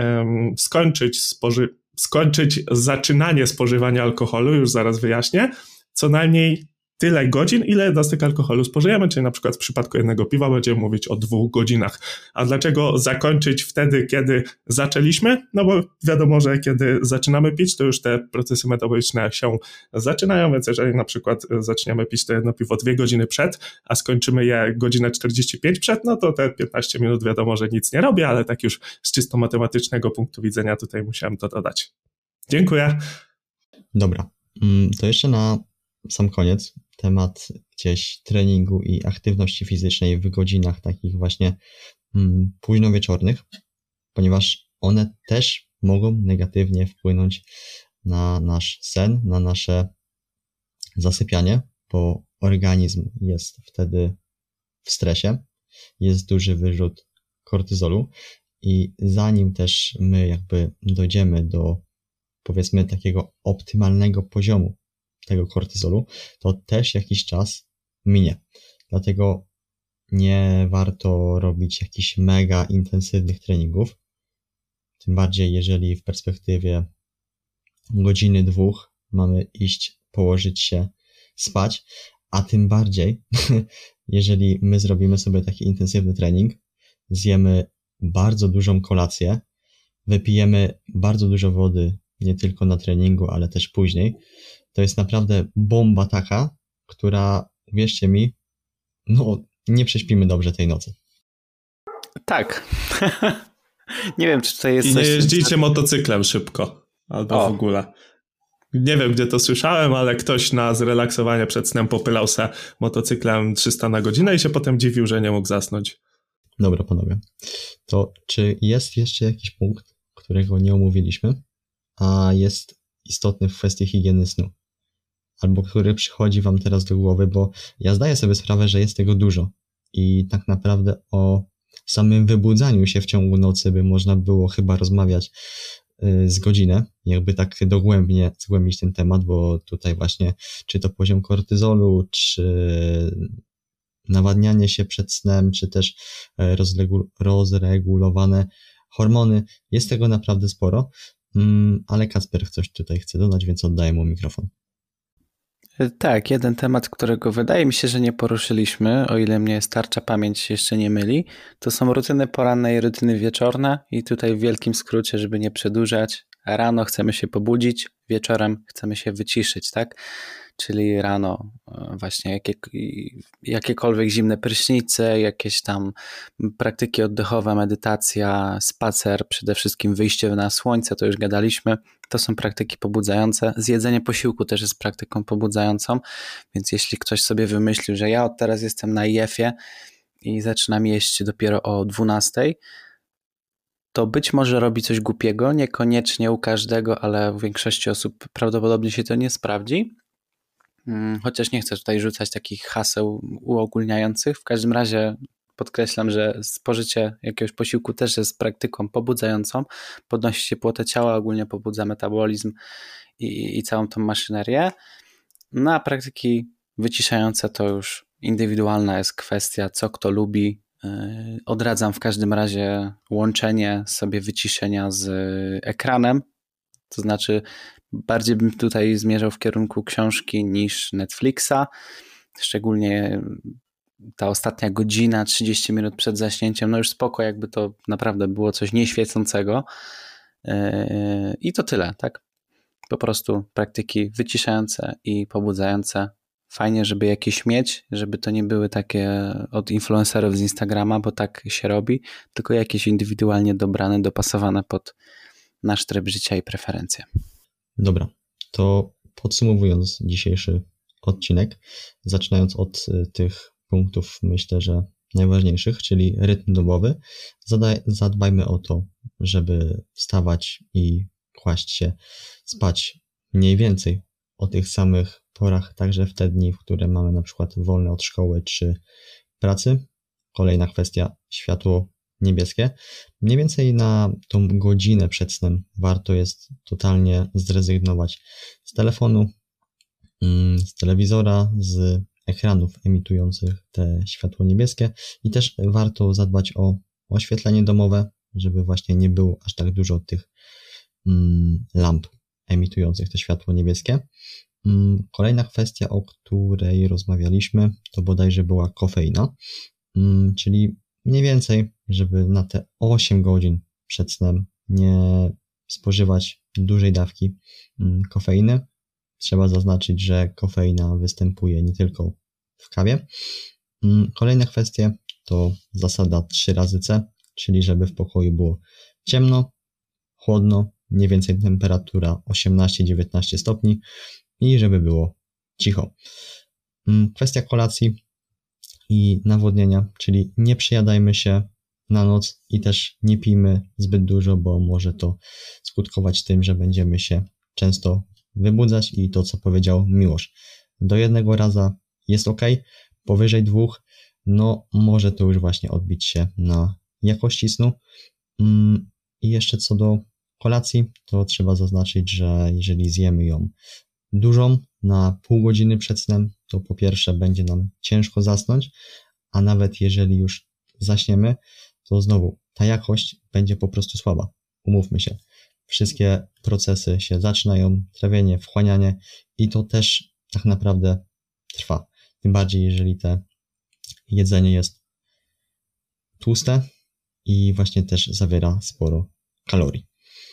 A: skończyć zaczynanie spożywania alkoholu, już zaraz wyjaśnię, co najmniej tyle godzin, ile jednostek alkoholu spożyjemy, czyli na przykład w przypadku jednego piwa będziemy mówić o 2 godzinach. A dlaczego zakończyć wtedy, kiedy zaczęliśmy? No bo wiadomo, że kiedy zaczynamy pić, to już te procesy metaboliczne się zaczynają, więc jeżeli na przykład zaczniemy pić to jedno piwo 2 godziny przed, a skończymy je godzinę 45 przed, no to te 15 minut wiadomo, że nic nie robię, ale tak już z czysto matematycznego punktu widzenia tutaj musiałem to dodać. Dziękuję.
B: Dobra, to jeszcze na sam koniec temat gdzieś treningu i aktywności fizycznej w godzinach takich właśnie późnowieczornych, ponieważ one też mogą negatywnie wpłynąć na nasz sen, na nasze zasypianie, bo organizm jest wtedy w stresie, jest duży wyrzut kortyzolu i zanim też my jakby dojdziemy do, powiedzmy, takiego optymalnego poziomu tego kortyzolu, to też jakiś czas minie. Dlatego nie warto robić jakichś mega intensywnych treningów. Tym bardziej, jeżeli w perspektywie godziny, 2 mamy iść, położyć się, spać, a tym bardziej, jeżeli my zrobimy sobie taki intensywny trening, zjemy bardzo dużą kolację, wypijemy bardzo dużo wody, nie tylko na treningu, ale też później, to jest naprawdę bomba taka, która, wierzcie mi, no nie prześpimy dobrze tej nocy.
C: Tak. Nie wiem, czy tutaj jest
A: I
C: coś...
A: nie jeździcie motocyklem szybko, albo w ogóle. Nie wiem, gdzie to słyszałem, ale ktoś na zrelaksowanie przed snem popylał se motocyklem 300 na godzinę i się potem dziwił, że nie mógł zasnąć.
B: Dobra, panowie. To czy jest jeszcze jakiś punkt, którego nie omówiliśmy, a jest istotny w kwestii higieny snu? Albo który przychodzi wam teraz do głowy, bo ja zdaję sobie sprawę, że jest tego dużo i tak naprawdę o samym wybudzaniu się w ciągu nocy by można było chyba rozmawiać z godzinę, jakby tak dogłębnie zgłębić ten temat, bo tutaj właśnie czy to poziom kortyzolu, czy nawadnianie się przed snem, czy też rozregulowane hormony, jest tego naprawdę sporo, ale Kacper coś tutaj chce dodać, więc oddaję mu mikrofon.
C: Tak, jeden temat, którego wydaje mi się, że nie poruszyliśmy, o ile mnie starcza pamięć jeszcze nie myli, to są rutyny poranne i rutyny wieczorne i tutaj w wielkim skrócie, żeby nie przedłużać, rano chcemy się pobudzić, wieczorem chcemy się wyciszyć, tak? Czyli rano właśnie jakiekolwiek zimne prysznice, jakieś tam praktyki oddechowe, medytacja, spacer, przede wszystkim wyjście na słońce, to już gadaliśmy, to są praktyki pobudzające. Zjedzenie posiłku też jest praktyką pobudzającą, więc jeśli ktoś sobie wymyślił, że ja od teraz jestem na IF-ie i zaczynam jeść dopiero o 12:00, to być może robi coś głupiego, niekoniecznie u każdego, ale u większości osób prawdopodobnie się to nie sprawdzi. Chociaż nie chcę tutaj rzucać takich haseł uogólniających. W każdym razie podkreślam, że spożycie jakiegoś posiłku też jest praktyką pobudzającą. Podnosi ciepłotę ciała, ogólnie pobudza metabolizm i całą tą maszynerię. No a praktyki Wyciszające to już indywidualna jest kwestia, co kto lubi. Odradzam w każdym razie łączenie sobie wyciszenia z ekranem, to znaczy bardziej bym tutaj zmierzał w kierunku książki niż Netflixa, szczególnie ta ostatnia godzina, 30 minut przed zaśnięciem, no już spoko, jakby to naprawdę było coś nieświecącego i to tyle, tak? Po prostu praktyki wyciszające i pobudzające. Fajnie, żeby jakieś mieć, żeby to nie były takie od influencerów z Instagrama, bo tak się robi, tylko jakieś indywidualnie dobrane, dopasowane pod nasz tryb życia i preferencje.
B: Dobra, to podsumowując dzisiejszy odcinek, zaczynając od tych punktów, myślę, że najważniejszych, czyli rytm dobowy, zadbajmy o to, żeby wstawać i kłaść się spać mniej więcej o tych samych porach, także w te dni, w które mamy na przykład wolne od szkoły czy pracy. Kolejna kwestia, światło niebieskie. Mniej więcej na tą godzinę przed snem warto jest totalnie zrezygnować z telefonu, z telewizora, z ekranów emitujących te światło niebieskie i też warto zadbać o oświetlenie domowe, żeby właśnie nie było aż tak dużo tych lamp emitujących to światło niebieskie. Kolejna kwestia, o której rozmawialiśmy, to bodajże była kofeina, czyli mniej więcej, żeby na te 8 godzin przed snem nie spożywać dużej dawki kofeiny. Trzeba zaznaczyć, że kofeina występuje nie tylko w kawie. Kolejna kwestia to zasada 3 razy C, czyli żeby w pokoju było ciemno, chłodno, mniej więcej temperatura 18-19 stopni i żeby było cicho. Kwestia kolacji i nawodnienia, czyli nie przejadajmy się na noc i też nie pijmy zbyt dużo, bo może to skutkować tym, że będziemy się często wybudzać i to, co powiedział Miłosz. Do 1 raza jest ok, powyżej 2, no może to już właśnie odbić się na jakości snu. I jeszcze co do kolacji, to trzeba zaznaczyć, że jeżeli zjemy ją dużą na pół godziny przed snem, to po pierwsze będzie nam ciężko zasnąć, a nawet jeżeli już zaśniemy, to znowu ta jakość będzie po prostu słaba. Umówmy się. Wszystkie procesy się zaczynają, trawienie, wchłanianie i to też tak naprawdę trwa. Tym bardziej, jeżeli te jedzenie jest tłuste i właśnie też zawiera sporo kalorii.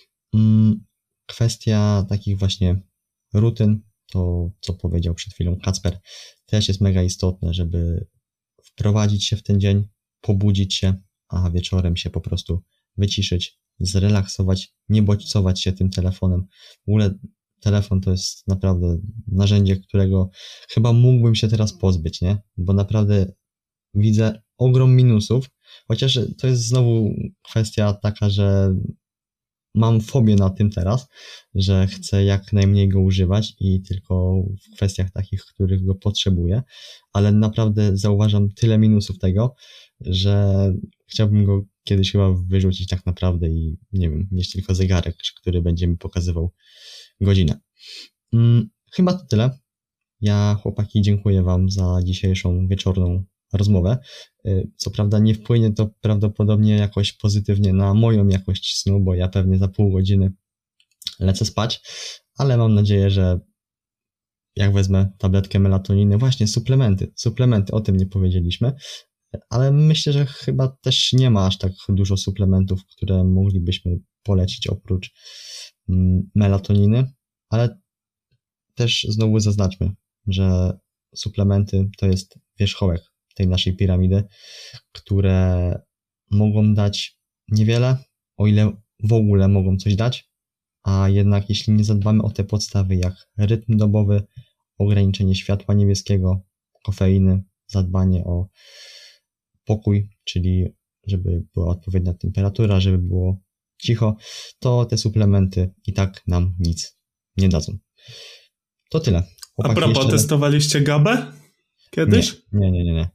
B: Kwestia takich właśnie rutyn, to co powiedział przed chwilą Kacper, też jest mega istotne, żeby wprowadzić się w ten dzień, pobudzić się, a wieczorem się po prostu wyciszyć, zrelaksować, nie bodźcować się tym telefonem. W ogóle telefon to jest naprawdę narzędzie, którego chyba mógłbym się teraz pozbyć, nie? Bo naprawdę widzę ogrom minusów, chociaż to jest znowu kwestia taka, że mam fobię na tym teraz, że chcę jak najmniej go używać i tylko w kwestiach takich, których go potrzebuję, ale naprawdę zauważam tyle minusów tego, że chciałbym go kiedyś chyba wyrzucić tak naprawdę i nie wiem, mieć tylko zegarek, który będzie mi pokazywał godzinę. Chyba to tyle. Ja, chłopaki, dziękuję wam za dzisiejszą wieczorną rozmowę. Co prawda nie wpłynie to prawdopodobnie jakoś pozytywnie na moją jakość snu, bo ja pewnie za pół godziny lecę spać, ale mam nadzieję, że jak wezmę tabletkę melatoniny, właśnie suplementy, o tym nie powiedzieliśmy, ale myślę, że chyba też nie ma aż tak dużo suplementów, które moglibyśmy polecić oprócz melatoniny, ale też znowu zaznaczmy, że suplementy to jest wierzchołek tej naszej piramidy, które mogą dać niewiele, o ile w ogóle mogą coś dać, a jednak jeśli nie zadbamy o te podstawy jak rytm dobowy, ograniczenie światła niebieskiego, kofeiny, zadbanie o pokój, czyli żeby była odpowiednia temperatura, żeby było cicho, to te suplementy i tak nam nic nie dadzą. To tyle.
A: Chłopaki, a propos, testowaliście GABę kiedyś?
B: Nie.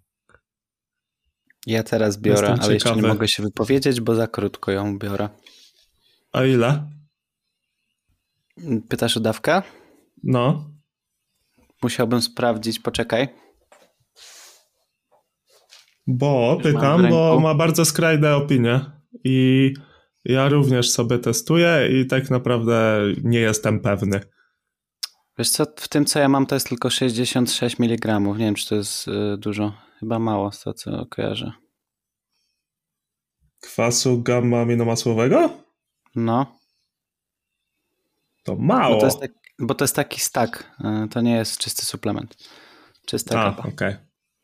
C: Ja teraz biorę, ale jeszcze nie mogę się wypowiedzieć, bo za krótko ją biorę.
A: A ile?
C: Pytasz o dawkę?
A: No.
C: Musiałbym sprawdzić, poczekaj.
A: Bo,
C: Już mam w
A: pytam,
C: ręku.
A: bo ma bardzo skrajne opinie i ja również sobie testuję i tak naprawdę nie jestem pewny.
C: Wiesz co, w tym co ja mam to jest tylko 66 mg. Nie wiem, czy to jest dużo. Chyba mało z tego, co kojarzę.
A: Kwasu gamma-aminomasłowego?
C: No,
A: To mało.
C: bo to jest taki stack. To nie jest czysty suplement. Czysta
A: A,
C: kapa.
A: okej.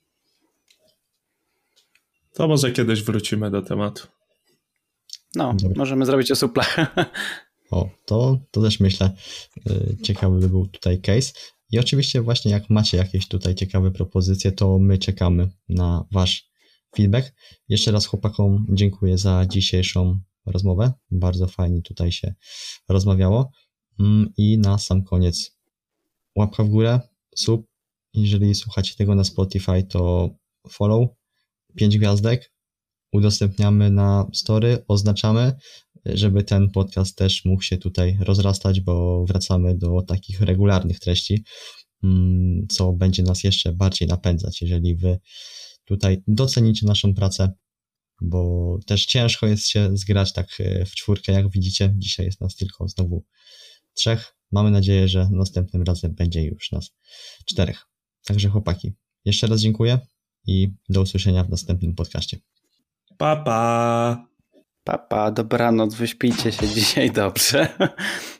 A: To może kiedyś wrócimy do tematu.
C: No,
B: Dobra.
C: możemy zrobić o suplach.
B: O, to też myślę, ciekawy by był tutaj case. I oczywiście właśnie jak macie jakieś tutaj ciekawe propozycje, to my czekamy na wasz feedback. Jeszcze raz chłopakom dziękuję za dzisiejszą rozmowę. Bardzo fajnie tutaj się rozmawiało. I na sam koniec łapka w górę, sub. Jeżeli słuchacie tego na Spotify, to follow, 5 gwiazdek. Udostępniamy na story, oznaczamy, żeby ten podcast też mógł się tutaj rozrastać, bo wracamy do takich regularnych treści, co będzie nas jeszcze bardziej napędzać, jeżeli wy tutaj docenicie naszą pracę, bo też ciężko jest się zgrać tak w czwórkę, jak widzicie. Dzisiaj jest nas tylko znowu 3. Mamy nadzieję, że następnym razem będzie już nas 4. Także chłopaki, jeszcze raz dziękuję i do usłyszenia w następnym podcaście.
A: Pa, pa.
C: Papa, dobranoc, wyśpijcie się dzisiaj dobrze.